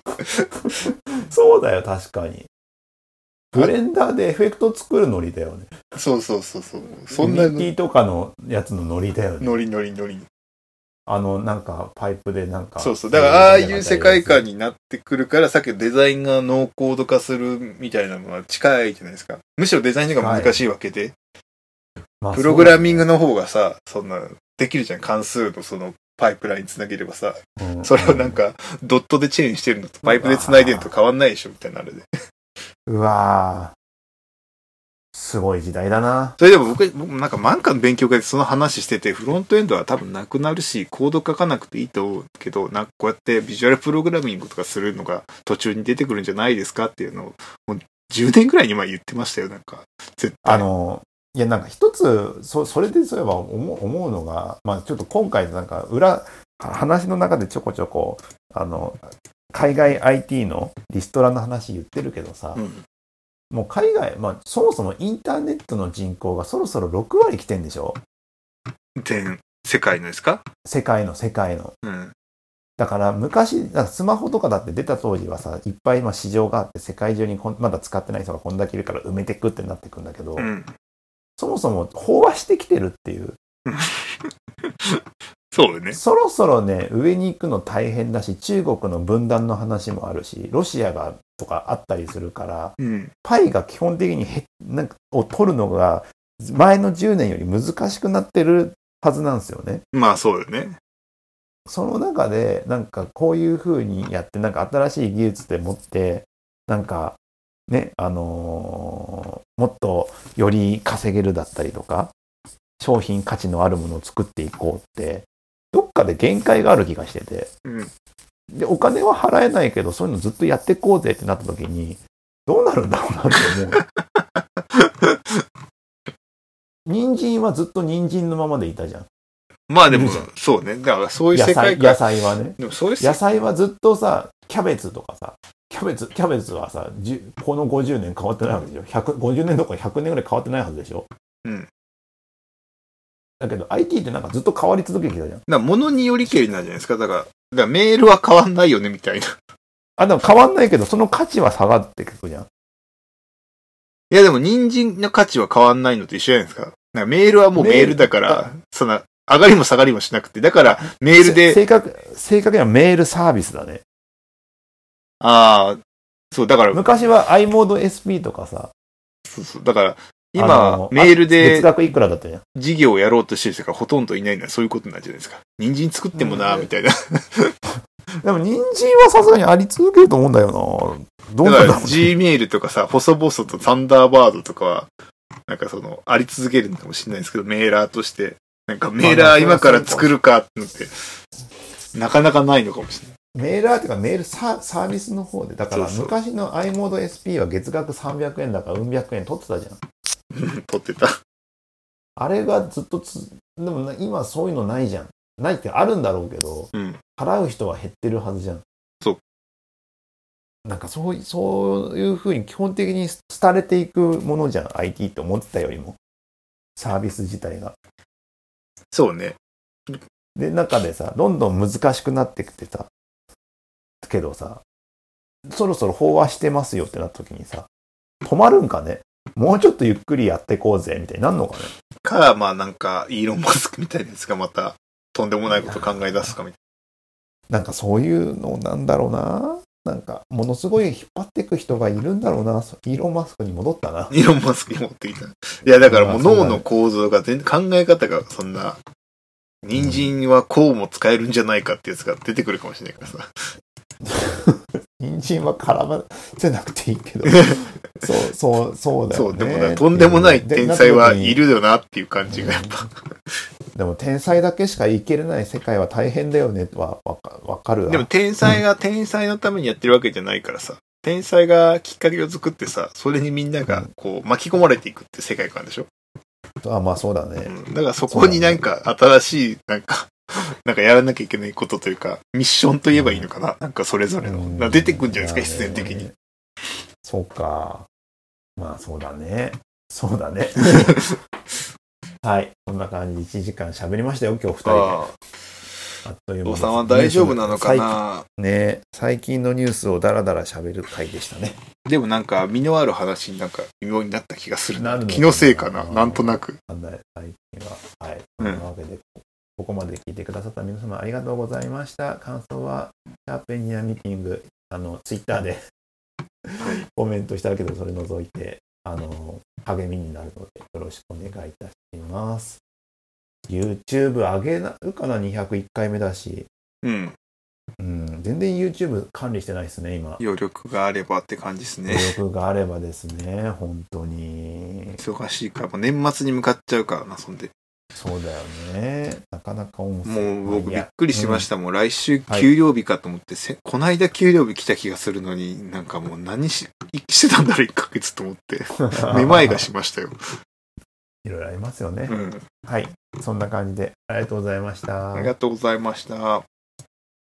そうだよ、確かに。ブレンダーでエフェクト作るノリだよね。 そうそうそうそう。 そんなユニティとかのやつのノリだよね。 ノリノリノリ。 あの、なんか、パイプでなんか。 そうそう。だから、ああいう世界観になってくるから、さっきのデザインがノーコード化するみたいなのは近いじゃないですか。むしろデザインの方が難しいわけで。まあ、プログラミングの方がさ、そんな、できるじゃん。関数のその、パイプラインつなげればさ、うん、それをなんか、ドットでチェーンしてるのと、パイプでつないでるのと変わんないでしょ、みたいなあれで。 うわぁ。すごい時代だな。 それでも僕、僕なんか漫画の勉強会でその話してて、フロントエンドは多分なくなるし、コード書かなくていいと思うけど、なんかこうやってビジュアルプログラミングとかするのが途中に出てくるんじゃないですかっていうのを、もうじゅうねんぐらいに前言ってましたよ、なんか。絶対。 あの、いやなんか一つ、そ、それでそういえば思う、思うのが、まあちょっと今回なんか裏、話の中でちょこちょこ、あの、海外 アイティー のリストラの話言ってるけどさ、うん、もう海外、まあそもそもインターネットの人口がそろそろろくわり来てんでしょ？ 全世界のですか？ 世界の世界の。 うん、 だから昔、だからスマホとかだって出た当時はさ、いっぱい今市場があって世界中にこんまだ使ってない人がこんだけいるから埋めてくってなってくんだけど、うん、そもそも飽和してきてるっていう。 そうよね。 そろそろね、上に行くの大変だし、中国の分断の話もあるし、ロシアがとかあったりするから、うん、パイが基本的にへなんかを取るのが前のじゅうねんより難しくなってるはずなんですよね。 まあそうよね。 その中でなんかこういう風にやってなんか新しい技術でもってなんかねあのー、もっとより稼げるだったりとか商品価値のあるものを作っていこうってどっかで限界がある気がしてて、うん、でお金は払えないけどそういうのずっとやっていこうぜってなった時にどうなるんだろうなって思う。人参はずっと人参のままでいたじゃん。 まあでもそうね。だからそういう世界観。 野菜、野菜はね。でもそういう野菜はずっとさキャベツとかさキャベツキャベツはさこのごじゅうねん変わってないわけでしょ。ひゃくごじゅうねんどころかひゃくねんぐらい変わってないはずでしょ。うん。だけど アイティー ってなんかずっと変わり続けてきたじゃん。だから物によりけりなんじゃないですか。だから、だからメールは変わんないよねみたいな。 あ、でも変わんないけどその価値は下がってくるじゃん。 いやでも人参の価値は変わんないのと一緒じゃないですか。なんかメールはもうメールだから、そんな上がりも下がりもしなくて、だからメールで。 正確、正確にはメールサービスだね。 ああ、そう、だから。 昔は i モード エスピー とかさ。 そうそう、だから、今、メールで、 月額いくらだったね。 事業をやろうとしてる人がほとんどいないのはそういうことなんじゃないですか。人参作ってもな、みたいな。 でも人参はさすがにあり続けると思うんだよな。どうなんだろう、ね。 Gmail とかさ、細々とサンダーバードとかは、 なんかその、あり続けるのかもしれないですけど、メーラーとして。なんかメーラー今から作るかってのって、なかなかないのかもしれない。 メーラーっていうかメールサ、サービスの方で、だから昔の i モード エスピー は月額さんびゃくえんだからうん百円取ってたじゃん。 取ってた。 あれがずっとつ、でも今そういうのないじゃん。ないってあるんだろうけど、うん、払う人は減ってるはずじゃん。 そう。 なんかそう、そういうふうに基本的に廃れていくものじゃん。アイティー って思ってたよりも。サービス自体が。 そうね。 で、中でさ、どんどん難しくなってきてさ、けどさ、そろそろ飽和してますよってなった時にさ、止まるんかね、もうちょっとゆっくりやっていこうぜみたいになんのかね。 か、まあなんか、イーロン・マスクみたいなやつがまた、とんでもないこと考え出すかみたいな。なんかそういうのなんだろうな。なんか、ものすごい引っ張っていく人がいるんだろうな。イーロン・マスクに戻ったな。 イーロン・マスクに持ってきた。いや、だからもう脳の構造が全然考え方がそんな、人参はこうも使えるんじゃないかってやつが出てくるかもしれないからさ。 人参は絡ませなくていいけど。そう、そう、そうだよね。 そう、でもね、とんでもない天才はいるよなっていう感じがやっぱ。 でも天才だけしか生きれない世界は大変だよねはわか、わかるわ。 でも天才が天才のためにやってるわけじゃないからさ。天才がきっかけを作ってさ、それにみんながこう巻き込まれていくって世界観でしょ。 あ、まあそうだね。 うん、だからそこになんか新しい、なんか、なんかやらなきゃいけないことというか、ミッションと言えばいいのかな、うん、なんかそれぞれの。うん、出てくんじゃないですか、必然的に。 そうか。まあそうだね。そうだね。はい。こんな感じでいちじかん喋りましたよ、今日ふたりで。あっという間です。お父さんは大丈夫なのかなね、最近のニュースをダラダラ喋る回でしたね。 でもなんか、身のある話になんか微妙になった気がする。な気のせいかな、なんとなく。 最近は。はい。というわけで、ここまで聞いてくださった皆様ありがとうございました。感想は、シャープエンジニアミーティング、あの、ツイッターでコメントしたけど、それ除いて、あの、励みになるので、よろしくお願いいたします。YouTube 上げるかな ?にひゃくいっかいめだし。 うん。 うん。全然 YouTube 管理してないですね、今。 余力があればって感じですね。 余力があればですね、本当に。 忙しいから、もう年末に向かっちゃうからな、そんで。 そうだよね。なかなか音声。 もう僕びっくりしました。うん、もう来週給料日かと思って、はい、こないだ給料日来た気がするのに、なんかもう何し、してたんだろう、いっかげつと思って。めまいがしましたよ。 いろいろありますよね、 うん。 はい。そんな感じでありがとうございました。 ありがとうございました。